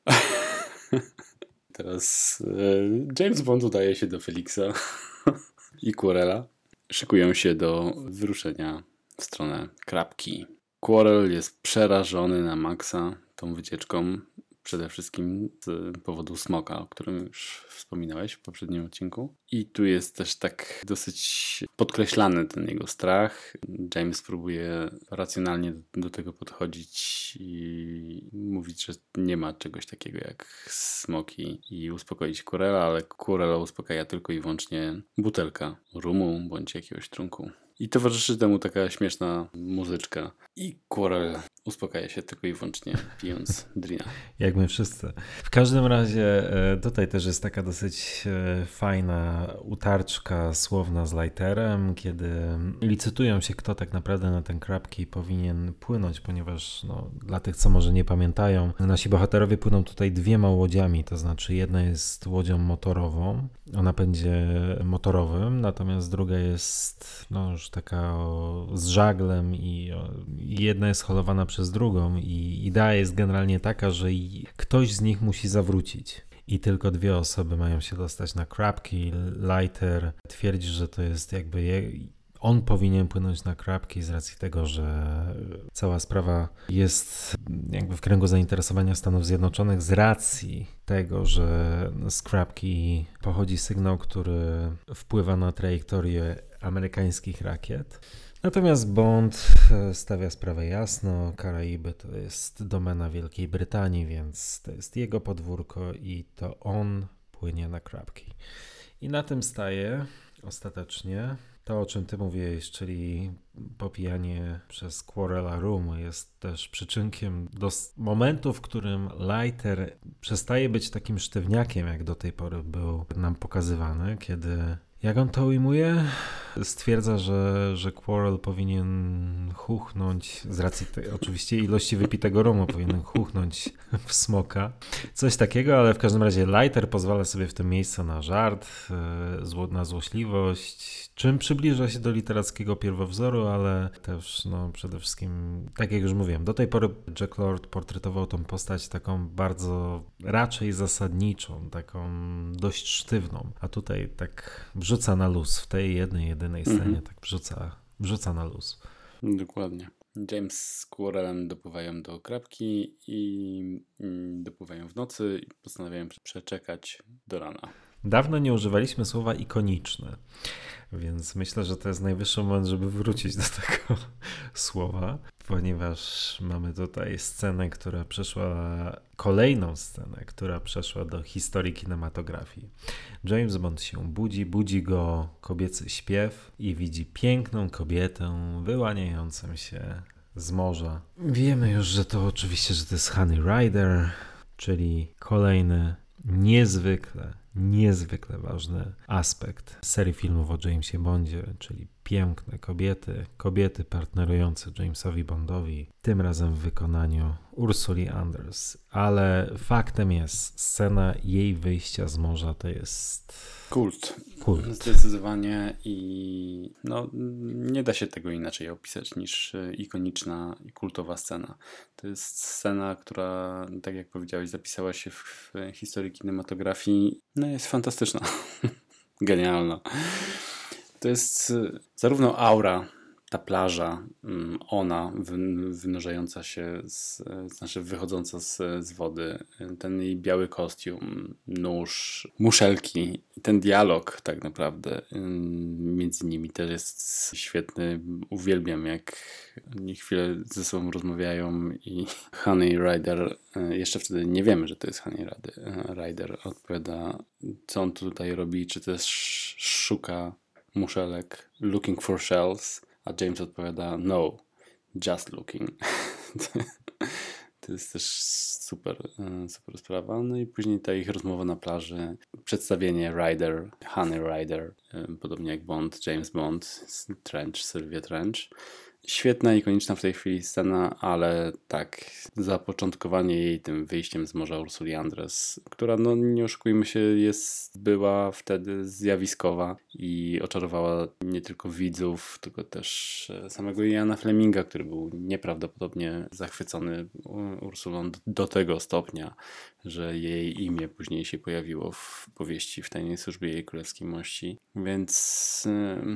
Teraz James Bond udaje się do Felixa i Quarrela. Szykują się do wyruszenia w stronę Krapki. Quarrel jest przerażony na maksa tą wycieczką. Przede wszystkim z powodu smoka, o którym już wspominałeś w poprzednim odcinku. I tu jest też tak dosyć podkreślany ten jego strach. James próbuje racjonalnie do tego podchodzić i mówić, że nie ma czegoś takiego jak smoki i uspokoić Quarrela, ale Quarrela uspokaja tylko i wyłącznie butelka rumu bądź jakiegoś trunku. I towarzyszy temu taka śmieszna muzyczka. I Quarrel uspokaja się tylko i wyłącznie pijąc drina.
Jak my wszyscy. W każdym razie tutaj też jest taka dosyć fajna utarczka słowna z Leiterem, kiedy licytują się, kto tak naprawdę na ten Krapki powinien płynąć, ponieważ dla tych, co może nie pamiętają, nasi bohaterowie płyną tutaj 2 łodziami, to znaczy jedna jest łodzią motorową o napędzie motorowym, natomiast druga jest już taka z żaglem i jedna jest holowana przez drugą i idea jest generalnie taka, że ktoś z nich musi zawrócić i tylko 2 osoby mają się dostać na Krapki. Leiter twierdzi, że to jest jakby on powinien płynąć na Krapki z racji tego, że cała sprawa jest jakby w kręgu zainteresowania Stanów Zjednoczonych z racji tego, że z Krapki pochodzi sygnał, który wpływa na trajektorię amerykańskich rakiet. Natomiast Bond stawia sprawę jasno, Karaiby to jest domena Wielkiej Brytanii, więc to jest jego podwórko i to on płynie na Krapki. I na tym staje ostatecznie. To, o czym ty mówiłeś, czyli popijanie przez Quarrela rumu, jest też przyczynkiem do momentu, w którym Leiter przestaje być takim sztywniakiem, jak do tej pory był nam pokazywany, kiedy, jak on to ujmuje, stwierdza, że Quarrel powinien chuchnąć, z racji oczywiście ilości wypitego rumu, powinien chuchnąć w smoka. Coś takiego, ale w każdym razie Leiter pozwala sobie w tym miejscu na żart, na złośliwość, czym przybliża się do literackiego pierwowzoru, ale też przede wszystkim, tak jak już mówiłem, do tej pory Jack Lord portretował tą postać taką bardzo raczej zasadniczą, taką dość sztywną, a tutaj tak wrzuca na luz w tej jedynej scenie, tak wrzuca na luz.
Dokładnie. James z Quarrelem dopływają do Krapki i dopływają w nocy i postanawiają przeczekać do rana.
Dawno nie używaliśmy słowa ikoniczne, więc myślę, że to jest najwyższy moment, żeby wrócić do tego słowa, ponieważ mamy tutaj kolejną scenę, która przeszła do historii kinematografii. James Bond się budzi go kobiecy śpiew i widzi piękną kobietę wyłaniającą się z morza. Wiemy już, że to oczywiście, że to jest Honey Rider, czyli kolejny niezwykle ważny aspekt serii filmów o Jamesie Bondzie, czyli piękne kobiety partnerujące Jamesowi Bondowi, tym razem w wykonaniu Ursuli Andress. Ale faktem jest, scena jej wyjścia z morza to jest
Kult. Zdecydowanie i nie da się tego inaczej opisać niż ikoniczna i kultowa scena. To jest scena, która, tak jak powiedziałeś, zapisała się w historii kinematografii. Jest fantastyczna. Genialna. To jest zarówno aura, ta plaża, ona wynurzająca się, wychodząca z wody, ten jej biały kostium, nóż, muszelki, ten dialog tak naprawdę między nimi też jest świetny. Uwielbiam, jak oni chwilę ze sobą rozmawiają i Honey Rider, jeszcze wtedy nie wiemy, że to jest Honey Rider, odpowiada, co on tutaj robi, czy też szuka muszelek, looking for shells. A James odpowiada, no, just looking. To jest też super sprawa. No i później ta ich rozmowa na plaży, przedstawienie Ryder, Honey Rider, podobnie jak Bond, James Bond, Sylvia Trench. Świetna, ikoniczna w tej chwili scena, ale tak, zapoczątkowanie jej tym wyjściem z morza Ursuli Andress, która, nie oszukujmy się, była wtedy zjawiskowa i oczarowała nie tylko widzów, tylko też samego Iana Fleminga, który był nieprawdopodobnie zachwycony Ursulą do tego stopnia, że jej imię później się pojawiło w powieści W tajnej służbie jej królewskiej mości. Więc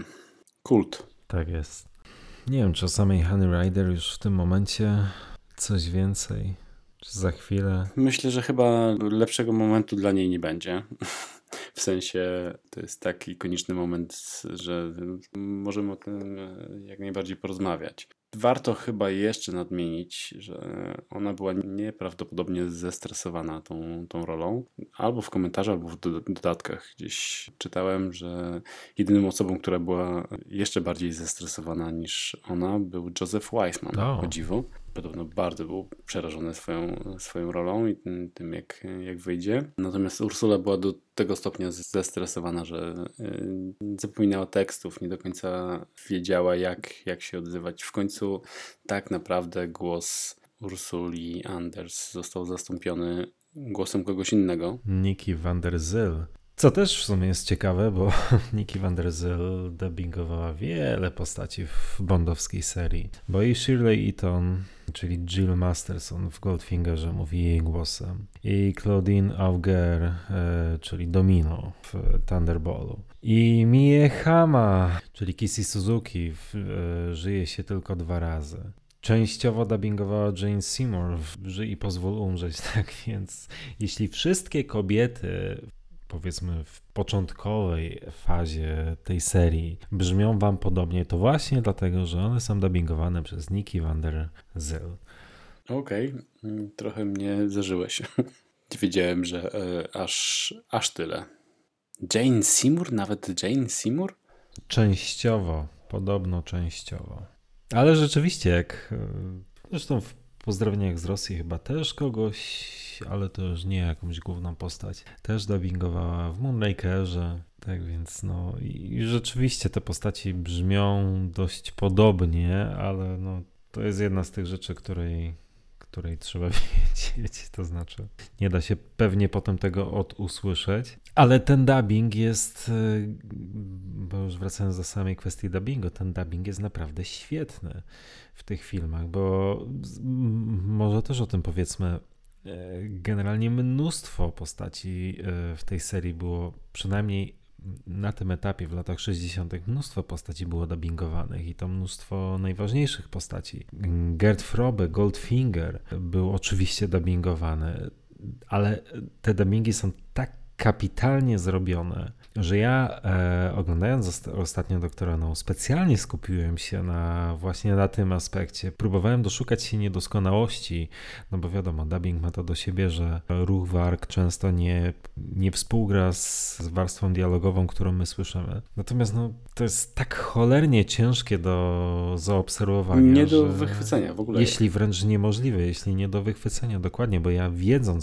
kult.
Tak jest. Nie wiem, czy o samej Honey Rider już w tym momencie coś więcej, czy za chwilę.
Myślę, że chyba lepszego momentu dla niej nie będzie. W sensie to jest tak ikoniczny moment, że możemy o tym jak najbardziej porozmawiać. Warto chyba jeszcze nadmienić, że ona była nieprawdopodobnie zestresowana tą rolą. Albo w komentarzu, albo w dodatkach gdzieś czytałem, że jedyną osobą, która była jeszcze bardziej zestresowana niż ona, był Joseph Weissman, o dziwo. Podobno bardzo był przerażony swoją rolą i tym, jak wyjdzie. Natomiast Ursula była do tego stopnia zestresowana, że zapominała tekstów, nie do końca wiedziała, jak się odzywać. W końcu tak naprawdę głos Ursuli Andress został zastąpiony głosem kogoś innego.
Nikki van der Zyl. Co też w sumie jest ciekawe, bo Nikki van der Zyl dubbingowała wiele postaci w bondowskiej serii. Bo i Shirley Eaton, czyli Jill Masterson w Goldfingerze mówi jej głosem. I Claudine Auger, czyli Domino w Thunderballu. I Mie Hama, czyli Kissy Suzuki Żyje się tylko 2 razy. Częściowo dubbingowała Jane Seymour w Żyj i pozwól umrzeć, tak więc jeśli wszystkie kobiety, powiedzmy w początkowej fazie tej serii, brzmią wam podobnie, to właśnie dlatego, że one są dubbingowane przez Nikki van der Zyl.
Okej, trochę mnie zażyłeś. Wiedziałem, że aż tyle. Jane Seymour? Nawet Jane Seymour?
Częściowo, podobno częściowo. Ale rzeczywiście, jak zresztą w pozdrowieniach z Rosji chyba też kogoś, ale to już nie jakąś główną postać, też dubbingowała w Moonrakerze, tak więc i rzeczywiście te postaci brzmią dość podobnie, ale to jest jedna z tych rzeczy, której trzeba wiedzieć, to znaczy nie da się pewnie potem tego usłyszeć, ale ten dubbing jest, bo już wracając do samej kwestii dubbingu, ten dubbing jest naprawdę świetny w tych filmach, bo może też o tym powiedzmy, generalnie mnóstwo postaci w tej serii było, przynajmniej na tym etapie w latach 60. mnóstwo postaci było dubbingowanych i to mnóstwo najważniejszych postaci. Gerd Frobbe, Goldfinger był oczywiście dubbingowany, ale te dubbingi są tak kapitalnie zrobione, że ja oglądając ostatnio Doktora No specjalnie skupiłem się właśnie na tym aspekcie. Próbowałem doszukać się niedoskonałości, bo wiadomo, dubbing ma to do siebie, że ruch warg często nie współgra z warstwą dialogową, którą my słyszymy. Natomiast to jest tak cholernie ciężkie do zaobserwowania.
Nie do wychwycenia w ogóle.
Jeśli wręcz niemożliwe, jeśli nie do wychwycenia, dokładnie, bo ja wiedząc,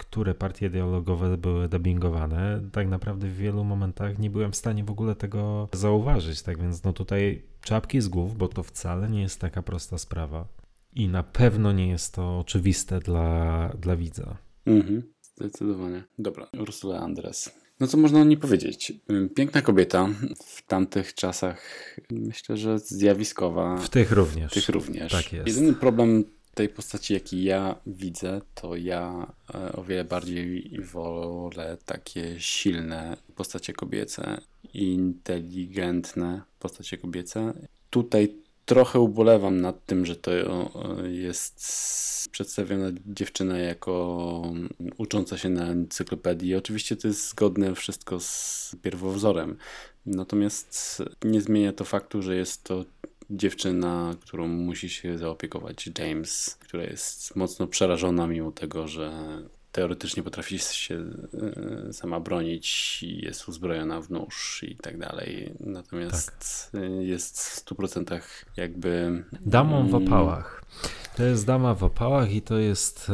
które partie dialogowe były dubbingowane, tak naprawdę w wielu momentach nie byłem w stanie w ogóle tego zauważyć. Tak więc no tutaj czapki z głów, bo to wcale nie jest taka prosta sprawa. I na pewno nie jest to oczywiste dla widza.
Zdecydowanie. Dobra, Ursula Andress. No co można o niej powiedzieć? Piękna kobieta, w tamtych czasach myślę, że zjawiskowa.
W tych również.
Tak
jest.
Jedyny problem tej postaci, jaki ja widzę, to ja o wiele bardziej wolę takie silne postacie kobiece, inteligentne postacie kobiece. Tutaj trochę ubolewam nad tym, że to jest przedstawiona dziewczyna jako ucząca się na encyklopedii. Oczywiście to jest zgodne wszystko z pierwowzorem, natomiast nie zmienia to faktu, że jest to dziewczyna, którą musi się zaopiekować James, która jest mocno przerażona mimo tego, że teoretycznie potrafi się sama bronić i jest uzbrojona w nóż i tak dalej. Natomiast jest w 100% jakby...
Damą w opałach. To jest dama w opałach i to jest...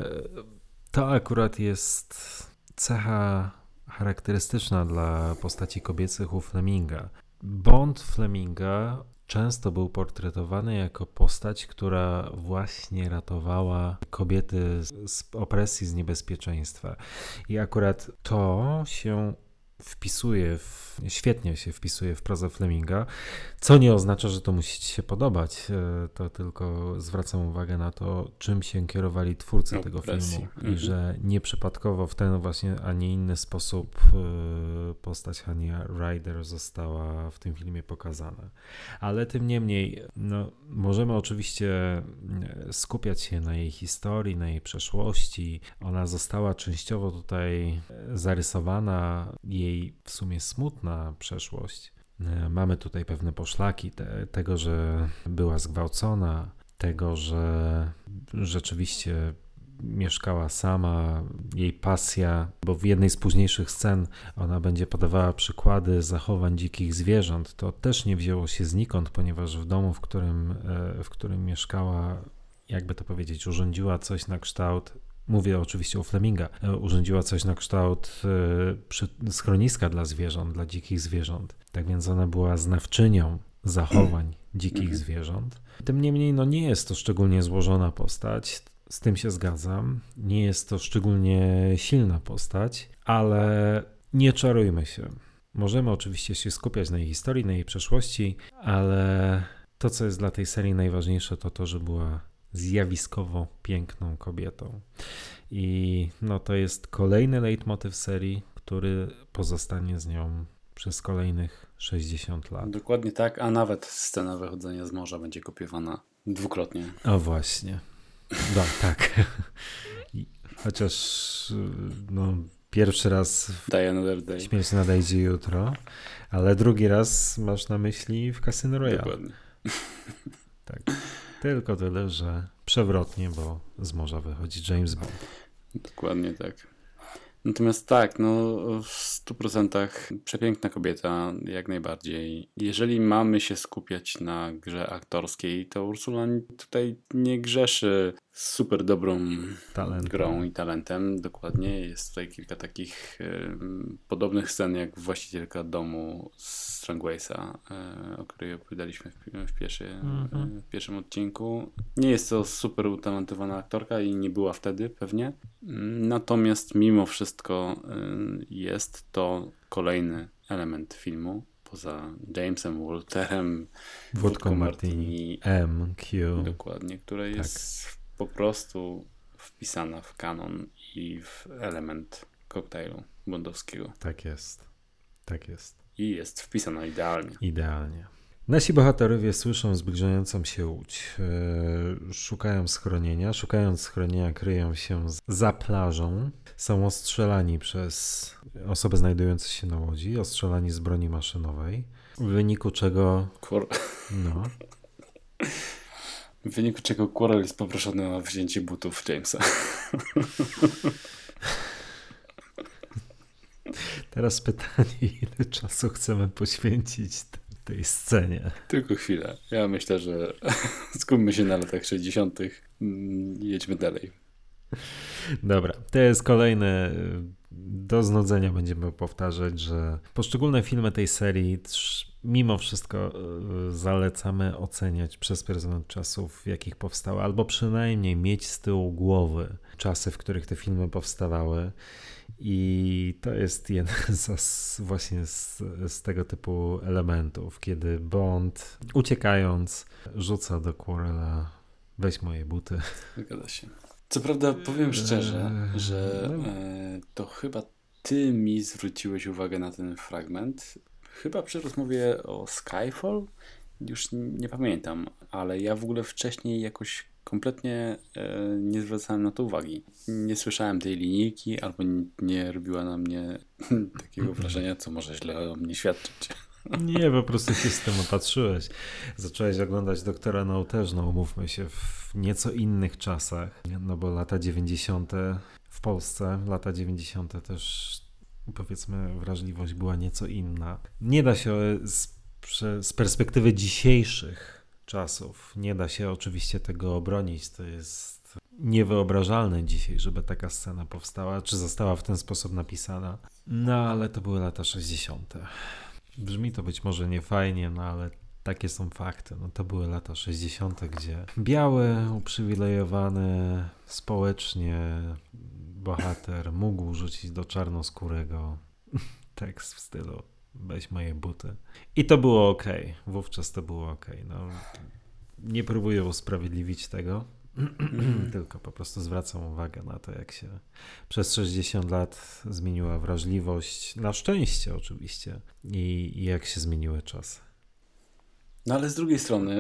To akurat jest cecha charakterystyczna dla postaci kobiecych u Fleminga. Bond Fleminga często był portretowany jako postać, która właśnie ratowała kobiety z opresji, z niebezpieczeństwa. I akurat to się świetnie się wpisuje w prozę Fleminga, co nie oznacza, że to musi ci się podobać. To tylko zwracam uwagę na to, czym się kierowali twórcy tego filmu i że nieprzypadkowo w ten właśnie, a nie inny sposób postać Hania Ryder została w tym filmie pokazana. Ale tym niemniej, no, możemy oczywiście skupiać się na jej historii, na jej przeszłości. Ona została częściowo tutaj zarysowana, jej w sumie smutna przeszłość. Mamy tutaj pewne poszlaki tego, że była zgwałcona, tego, że rzeczywiście mieszkała sama, jej pasja, bo w jednej z późniejszych scen ona będzie podawała przykłady zachowań dzikich zwierząt. To też nie wzięło się znikąd, ponieważ w domu, w którym mieszkała, jakby to powiedzieć, urządziła coś na kształt, mówię oczywiście o Fleminga, urządziła coś na kształt schroniska dla zwierząt, dla dzikich zwierząt. Tak więc ona była znawczynią zachowań dzikich zwierząt. Tym niemniej no nie jest to szczególnie złożona postać, z tym się zgadzam. Nie jest to szczególnie silna postać, ale nie czarujmy się. Możemy oczywiście się skupiać na jej historii, na jej przeszłości, ale to, co jest dla tej serii najważniejsze, to to, że była zjawiskowo piękną kobietą. I no to jest kolejny leitmotyw serii, który pozostanie z nią przez kolejnych 60 lat.
Dokładnie tak, a nawet scena wychodzenia z morza będzie kopiowana dwukrotnie.
O właśnie. No, tak. Chociaż no, pierwszy raz
Die Another Day.
Śmierć nadejdzie jutro, ale drugi raz masz na myśli w Casino Royale.
Dokładnie.
Tak. Tylko tyle, że przewrotnie, bo z morza wychodzi James Bond.
Dokładnie tak. Natomiast tak, no w 100% przepiękna kobieta, jak najbardziej. Jeżeli mamy się skupiać na grze aktorskiej, to Ursula tutaj nie grzeszy super dobrą grą i talentem. Dokładnie. Jest tutaj kilka takich podobnych scen jak Właścicielka domu z Strangwaysa, o której opowiadaliśmy w pierwszym odcinku. Nie jest to super utalentowana aktorka i nie była wtedy pewnie. Natomiast mimo wszystko jest to kolejny element filmu. Poza Jamesem Walterem,
Wódką Martini, MQ.
Dokładnie, która jest po prostu wpisana w kanon i w element koktajlu bondowskiego.
Tak jest. Tak jest.
I jest wpisana idealnie.
Idealnie. Nasi bohaterowie słyszą zbliżającą się łódź. Szukają schronienia. Szukając schronienia, kryją się za plażą. Są ostrzelani przez osoby znajdujące się na łodzi. Ostrzelani z broni maszynowej. W wyniku czego...
W wyniku czego Quarrel jest poproszony o wzięcie butów Jamesa.
Teraz pytanie, ile czasu chcemy poświęcić tej scenie?
Tylko chwilę. Ja myślę, że skupmy się na latach 60. Jedźmy dalej.
Dobra, to jest kolejne. Do znudzenia będziemy powtarzać, że poszczególne filmy tej serii mimo wszystko zalecamy oceniać przez pryzmat czasów, w jakich powstały, albo przynajmniej mieć z tyłu głowy czasy, w których te filmy powstawały. I to jest jeden właśnie z tego typu elementów, kiedy Bond, uciekając, rzuca do Quarrela: weź moje buty.
Zgadza się. Co prawda powiem szczerze, że to chyba ty mi zwróciłeś uwagę na ten fragment. Chyba przy rozmowie o Skyfall? Już nie pamiętam, ale ja w ogóle wcześniej jakoś kompletnie nie zwracałem na to uwagi. Nie słyszałem tej linijki, albo nie robiła na mnie takiego wrażenia, co może źle o mnie świadczyć.
Nie, po prostu się z tym opatrzyłeś. Zacząłeś oglądać Doktora No też, no umówmy się, w nieco innych czasach, no bo lata 90. w Polsce, lata 90. też powiedzmy wrażliwość była nieco inna. Nie da się z perspektywy dzisiejszych czasów, nie da się oczywiście tego obronić, to jest niewyobrażalne dzisiaj, żeby taka scena powstała, czy została w ten sposób napisana, no ale to były lata 60. Brzmi to być może nie fajnie, no ale takie są fakty. No to były lata 60., gdzie biały, uprzywilejowany społecznie bohater mógł rzucić do czarnoskórego tekst w stylu: weź moje buty. I to było okej. Wówczas to było okej. No, nie próbuję usprawiedliwić tego, tylko po prostu zwracam uwagę na to, jak się przez 60 lat zmieniła wrażliwość, na szczęście oczywiście, i jak się zmieniły czasy.
No ale z drugiej strony,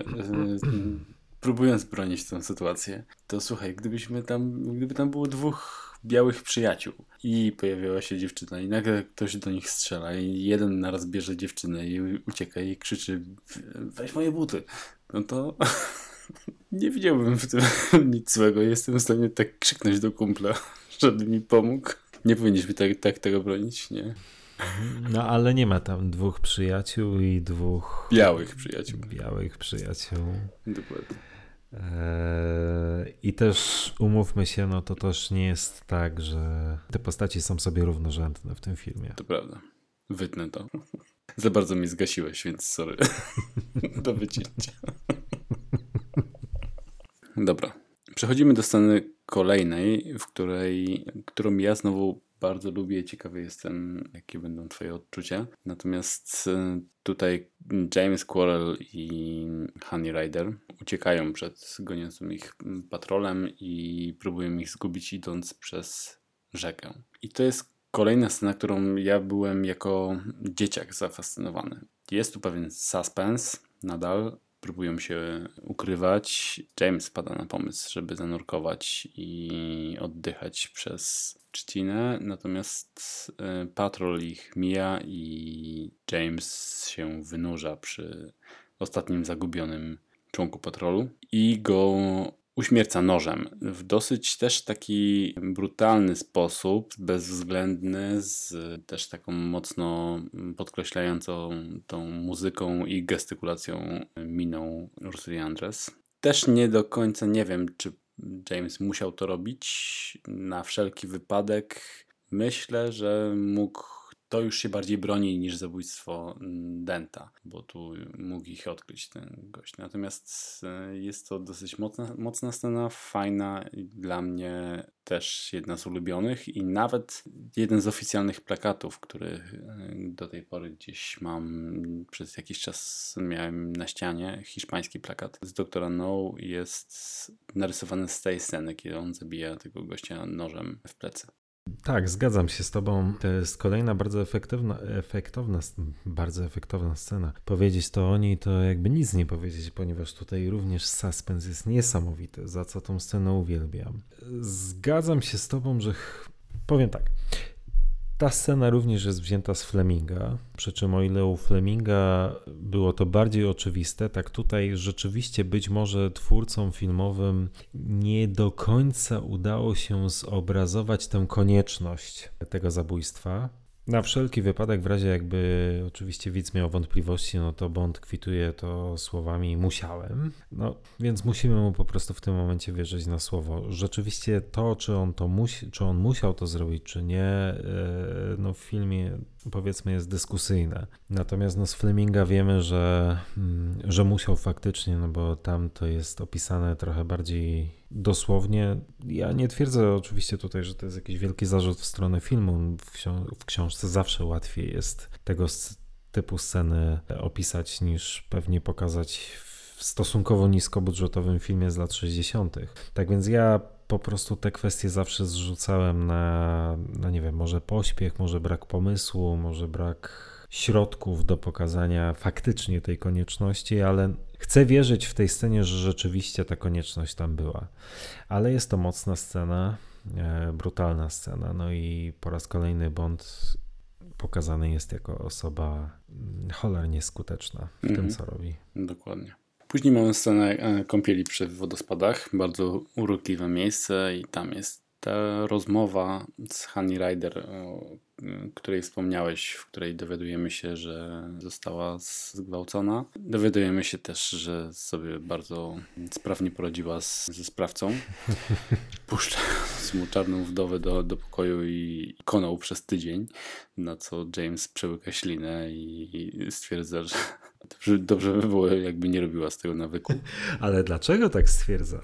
próbując bronić tę sytuację, to słuchaj, gdyby tam było dwóch białych przyjaciół i pojawiała się dziewczyna i nagle ktoś do nich strzela i jeden naraz bierze dziewczynę i ucieka i krzyczy: weź moje buty, no to nie widziałbym w tym nic złego. Jestem w stanie tak krzyknąć do kumpla, żeby mi pomógł. Nie powinniśmy tak tego bronić, nie?
No ale nie ma tam dwóch przyjaciół i dwóch
białych przyjaciół. Dokładnie.
I też umówmy się, no to też nie jest tak, że te postaci są sobie równorzędne w tym filmie.
To prawda. Wytnę to. Za bardzo mnie zgasiłeś, więc sorry. Do wycięcia. Dobra. Przechodzimy do sceny kolejnej, którą ja znowu bardzo lubię. Ciekawy jestem, jakie będą twoje odczucia. Natomiast tutaj James Quarrel i Honey Rider uciekają przed goniącym ich patrolem i próbują ich zgubić, idąc przez rzekę. I to jest kolejna scena, którą ja byłem jako dzieciak zafascynowany. Jest tu pewien suspens nadal. Próbują się ukrywać. James wpada na pomysł, żeby zanurkować i oddychać przez trzcinę, natomiast patrol ich mija i James się wynurza przy ostatnim zagubionym członku patrolu i go uśmierca nożem. W dosyć też taki brutalny sposób, bezwzględny, z też taką mocno podkreślającą tą muzyką i gestykulacją miną Ursuli Andress. Też nie do końca nie wiem, czy James musiał to robić na wszelki wypadek. Myślę, że mógł to już się bardziej broni niż zabójstwo Denta, bo tu mógł ich odkryć ten gość. Natomiast jest to dosyć mocna scena, fajna i dla mnie też jedna z ulubionych i nawet jeden z oficjalnych plakatów, który do tej pory gdzieś mam, przez jakiś czas miałem na ścianie, hiszpański plakat z Doktora No, jest narysowany z tej sceny, kiedy on zabija tego gościa nożem w plecy.
Tak, zgadzam się z tobą. To jest kolejna bardzo efektowna scena. Powiedzieć to o niej to jakby nic nie powiedzieć, ponieważ tutaj również suspens jest niesamowity, za co tą scenę uwielbiam. Zgadzam się z tobą, że powiem tak. Ta scena również jest wzięta z Fleminga, przy czym o ile u Fleminga było to bardziej oczywiste, tak tutaj rzeczywiście być może twórcom filmowym nie do końca udało się zobrazować tę konieczność tego zabójstwa. Na wszelki wypadek, w razie jakby oczywiście widz miał wątpliwości, no to Bond kwituje to słowami musiałem. No, więc musimy mu po prostu w tym momencie wierzyć na słowo. Rzeczywiście to, czy on musiał to zrobić, czy nie, no w filmie powiedzmy jest dyskusyjne. Natomiast no z Fleminga wiemy, że musiał faktycznie, no bo tam to jest opisane trochę bardziej dosłownie. Ja nie twierdzę oczywiście tutaj, że to jest jakiś wielki zarzut w stronę filmu. W książce zawsze łatwiej jest tego typu sceny opisać, niż pewnie pokazać w stosunkowo niskobudżetowym filmie z lat 60. Tak więc ja po prostu te kwestie zawsze zrzucałem na nie wiem, może pośpiech, może brak pomysłu, może brak środków do pokazania faktycznie tej konieczności, ale chcę wierzyć w tej scenie, że rzeczywiście ta konieczność tam była. Ale jest to mocna scena, brutalna scena, no i po raz kolejny Bond pokazany jest jako osoba cholernie skuteczna w tym, co robi.
Dokładnie. Później mamy scenę kąpieli przy wodospadach, bardzo urokliwe miejsce i tam jest ta rozmowa z Honey Rider, o której wspomniałeś, w której dowiadujemy się, że została zgwałcona. Dowiadujemy się też, że sobie bardzo sprawnie poradziła ze sprawcą, puszczając mu czarną wdowę do pokoju i konał przez tydzień, na co James przełyka ślinę i stwierdza, że dobrze by było, jakby nie robiła z tego nawyku.
Ale dlaczego tak stwierdza?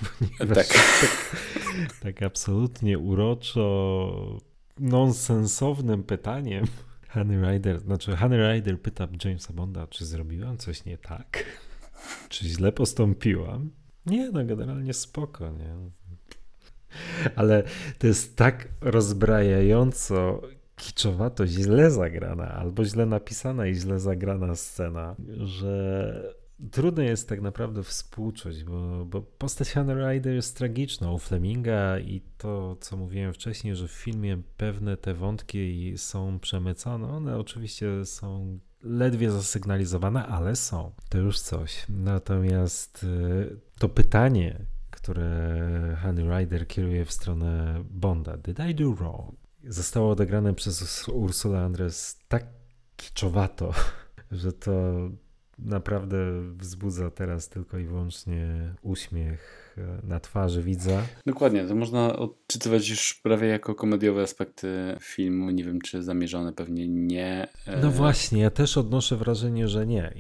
Tak absolutnie uroczo, nonsensownym pytaniem Honey Rider pyta Jamesa Bonda, czy zrobiłam coś nie tak? Czy źle postąpiłam? Nie, no generalnie spoko, nie? Ale to jest tak rozbrajająco kiczowato źle zagrana, albo źle napisana i źle zagrana scena, że trudno jest tak naprawdę współczuć, bo postać Honey Rider jest tragiczna u Fleminga i to, co mówiłem wcześniej, że w filmie pewne te wątki są przemycone, one oczywiście są ledwie zasygnalizowane, ale są. To już coś. Natomiast to pytanie, które Honey Rider kieruje w stronę Bonda, did I do wrong? Zostało odegrane przez Ursulę Andress tak kiczowato, że to naprawdę wzbudza teraz tylko i wyłącznie uśmiech na twarzy widza.
Dokładnie, to można odczytywać już prawie jako komediowe aspekty filmu. Nie wiem, czy zamierzone, pewnie nie.
No właśnie, ja też odnoszę wrażenie, że nie.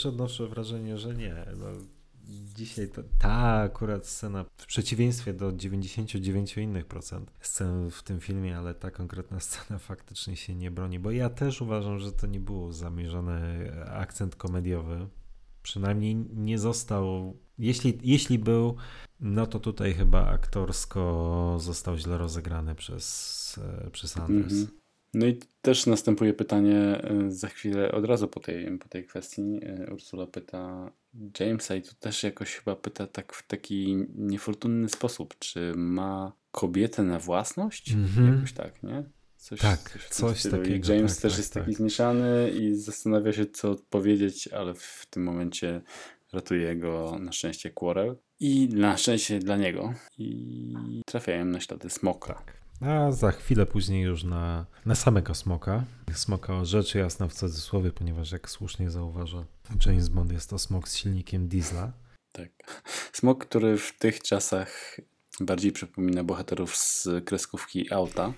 No, dzisiaj ta akurat scena, w przeciwieństwie do 99 innych procent scen w tym filmie, ale ta konkretna scena faktycznie się nie broni, bo ja też uważam, że to nie był zamierzony akcent komediowy. Przynajmniej nie został, jeśli był, no to tutaj chyba aktorsko został źle rozegrany przez Andress.
No i też następuje pytanie za chwilę, od razu po tej kwestii. Ursula pyta Jamesa i tu też jakoś chyba pyta tak w taki niefortunny sposób, czy ma kobietę na własność? Jakoś tak, nie? Coś takiego. I James też jest taki zmieszany i zastanawia się, co odpowiedzieć, ale w tym momencie ratuje go na szczęście Quarrel i na szczęście dla niego i trafiają na ślady Smoka.
A za chwilę później już na samego Smoka. Smoka rzecz jasna w cudzysłowie, ponieważ jak słusznie zauważa James Bond, jest to Smok z silnikiem diesla.
Tak. Smok, który w tych czasach bardziej przypomina bohaterów z kreskówki Auta.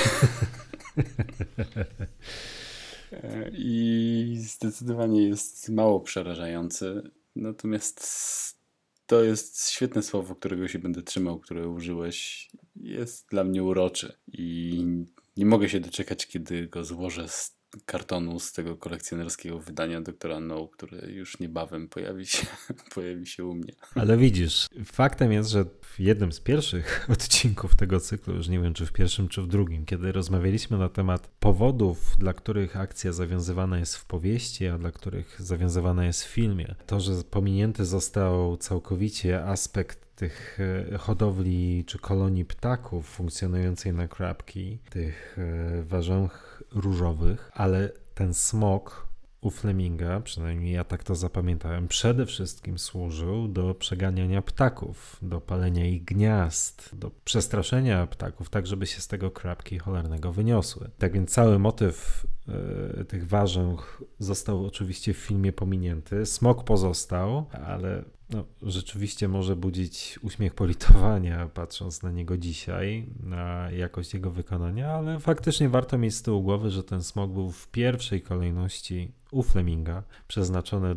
I zdecydowanie jest mało przerażający. Natomiast to jest świetne słowo, którego się będę trzymał, które użyłeś. Jest dla mnie uroczy i nie mogę się doczekać, kiedy go złożę z kartonu z tego kolekcjonerskiego wydania Doktora No, które już niebawem pojawi się u mnie.
Ale widzisz, faktem jest, że w jednym z pierwszych odcinków tego cyklu, już nie wiem czy w pierwszym czy w drugim, kiedy rozmawialiśmy na temat powodów, dla których akcja zawiązywana jest w powieści, a dla których zawiązywana jest w filmie, to, że pominięty został całkowicie aspekt tych hodowli czy kolonii ptaków funkcjonującej na Crab Key, tych ważąch różowych, ale ten smok u Fleminga, przynajmniej ja tak to zapamiętałem, przede wszystkim służył do przeganiania ptaków, do palenia ich gniazd, do przestraszenia ptaków, tak żeby się z tego krapki cholernego wyniosły. Tak więc cały motyw tych ważąch został oczywiście w filmie pominięty. Smok pozostał, ale rzeczywiście może budzić uśmiech politowania, patrząc na niego dzisiaj, na jakość jego wykonania, ale faktycznie warto mieć z tyłu głowy, że ten smok był w pierwszej kolejności u Fleminga przeznaczony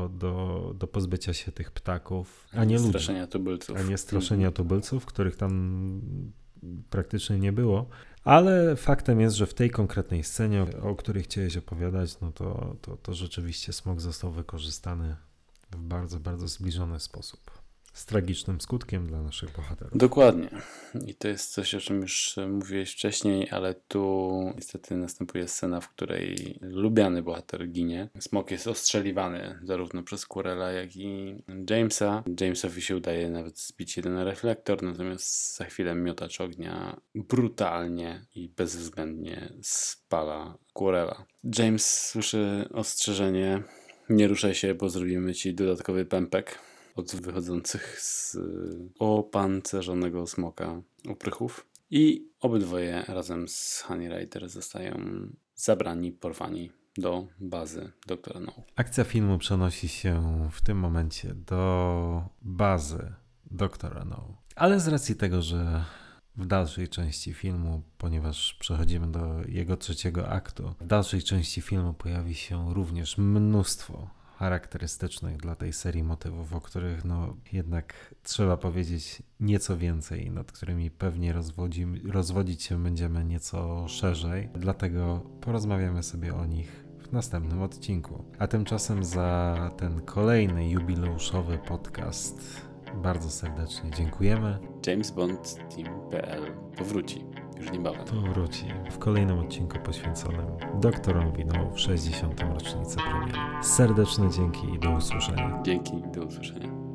do pozbycia się tych ptaków, a nie ludzi.
Straszenia tubylców.
A nie straszenia tubylców, których tam praktycznie nie było. Ale faktem jest, że w tej konkretnej scenie, o której chciałeś opowiadać, no to rzeczywiście smok został wykorzystany w bardzo, bardzo zbliżony sposób. Z tragicznym skutkiem dla naszych bohaterów.
Dokładnie. I to jest coś, o czym już mówiłeś wcześniej, ale tu niestety następuje scena, w której lubiany bohater ginie. Smok jest ostrzeliwany zarówno przez Querella, jak i Jamesa. Jamesowi się udaje nawet zbić jeden reflektor, natomiast za chwilę miotacz ognia brutalnie i bezwzględnie spala Querella. James słyszy ostrzeżenie: nie ruszaj się, bo zrobimy ci dodatkowy pępek od wychodzących z opancerzonego smoka uprychów. I obydwoje razem z Honey Rider zostają zabrani, porwani do bazy doktora No.
Akcja filmu przenosi się w tym momencie do bazy doktora No. Ale z racji tego, że w dalszej części filmu, ponieważ przechodzimy do jego trzeciego aktu, w dalszej części filmu pojawi się również mnóstwo charakterystycznych dla tej serii motywów, o których jednak trzeba powiedzieć nieco więcej, nad którymi pewnie rozwodzić się będziemy nieco szerzej. Dlatego porozmawiamy sobie o nich w następnym odcinku. A tymczasem za ten kolejny jubileuszowy podcast bardzo serdecznie dziękujemy.
James Bond Team.pl powróci już niebawem.
Powróci w kolejnym odcinku poświęconym doktorowi No w 60. rocznicę premiery. Serdeczne dzięki i do usłyszenia.
Dzięki, do usłyszenia.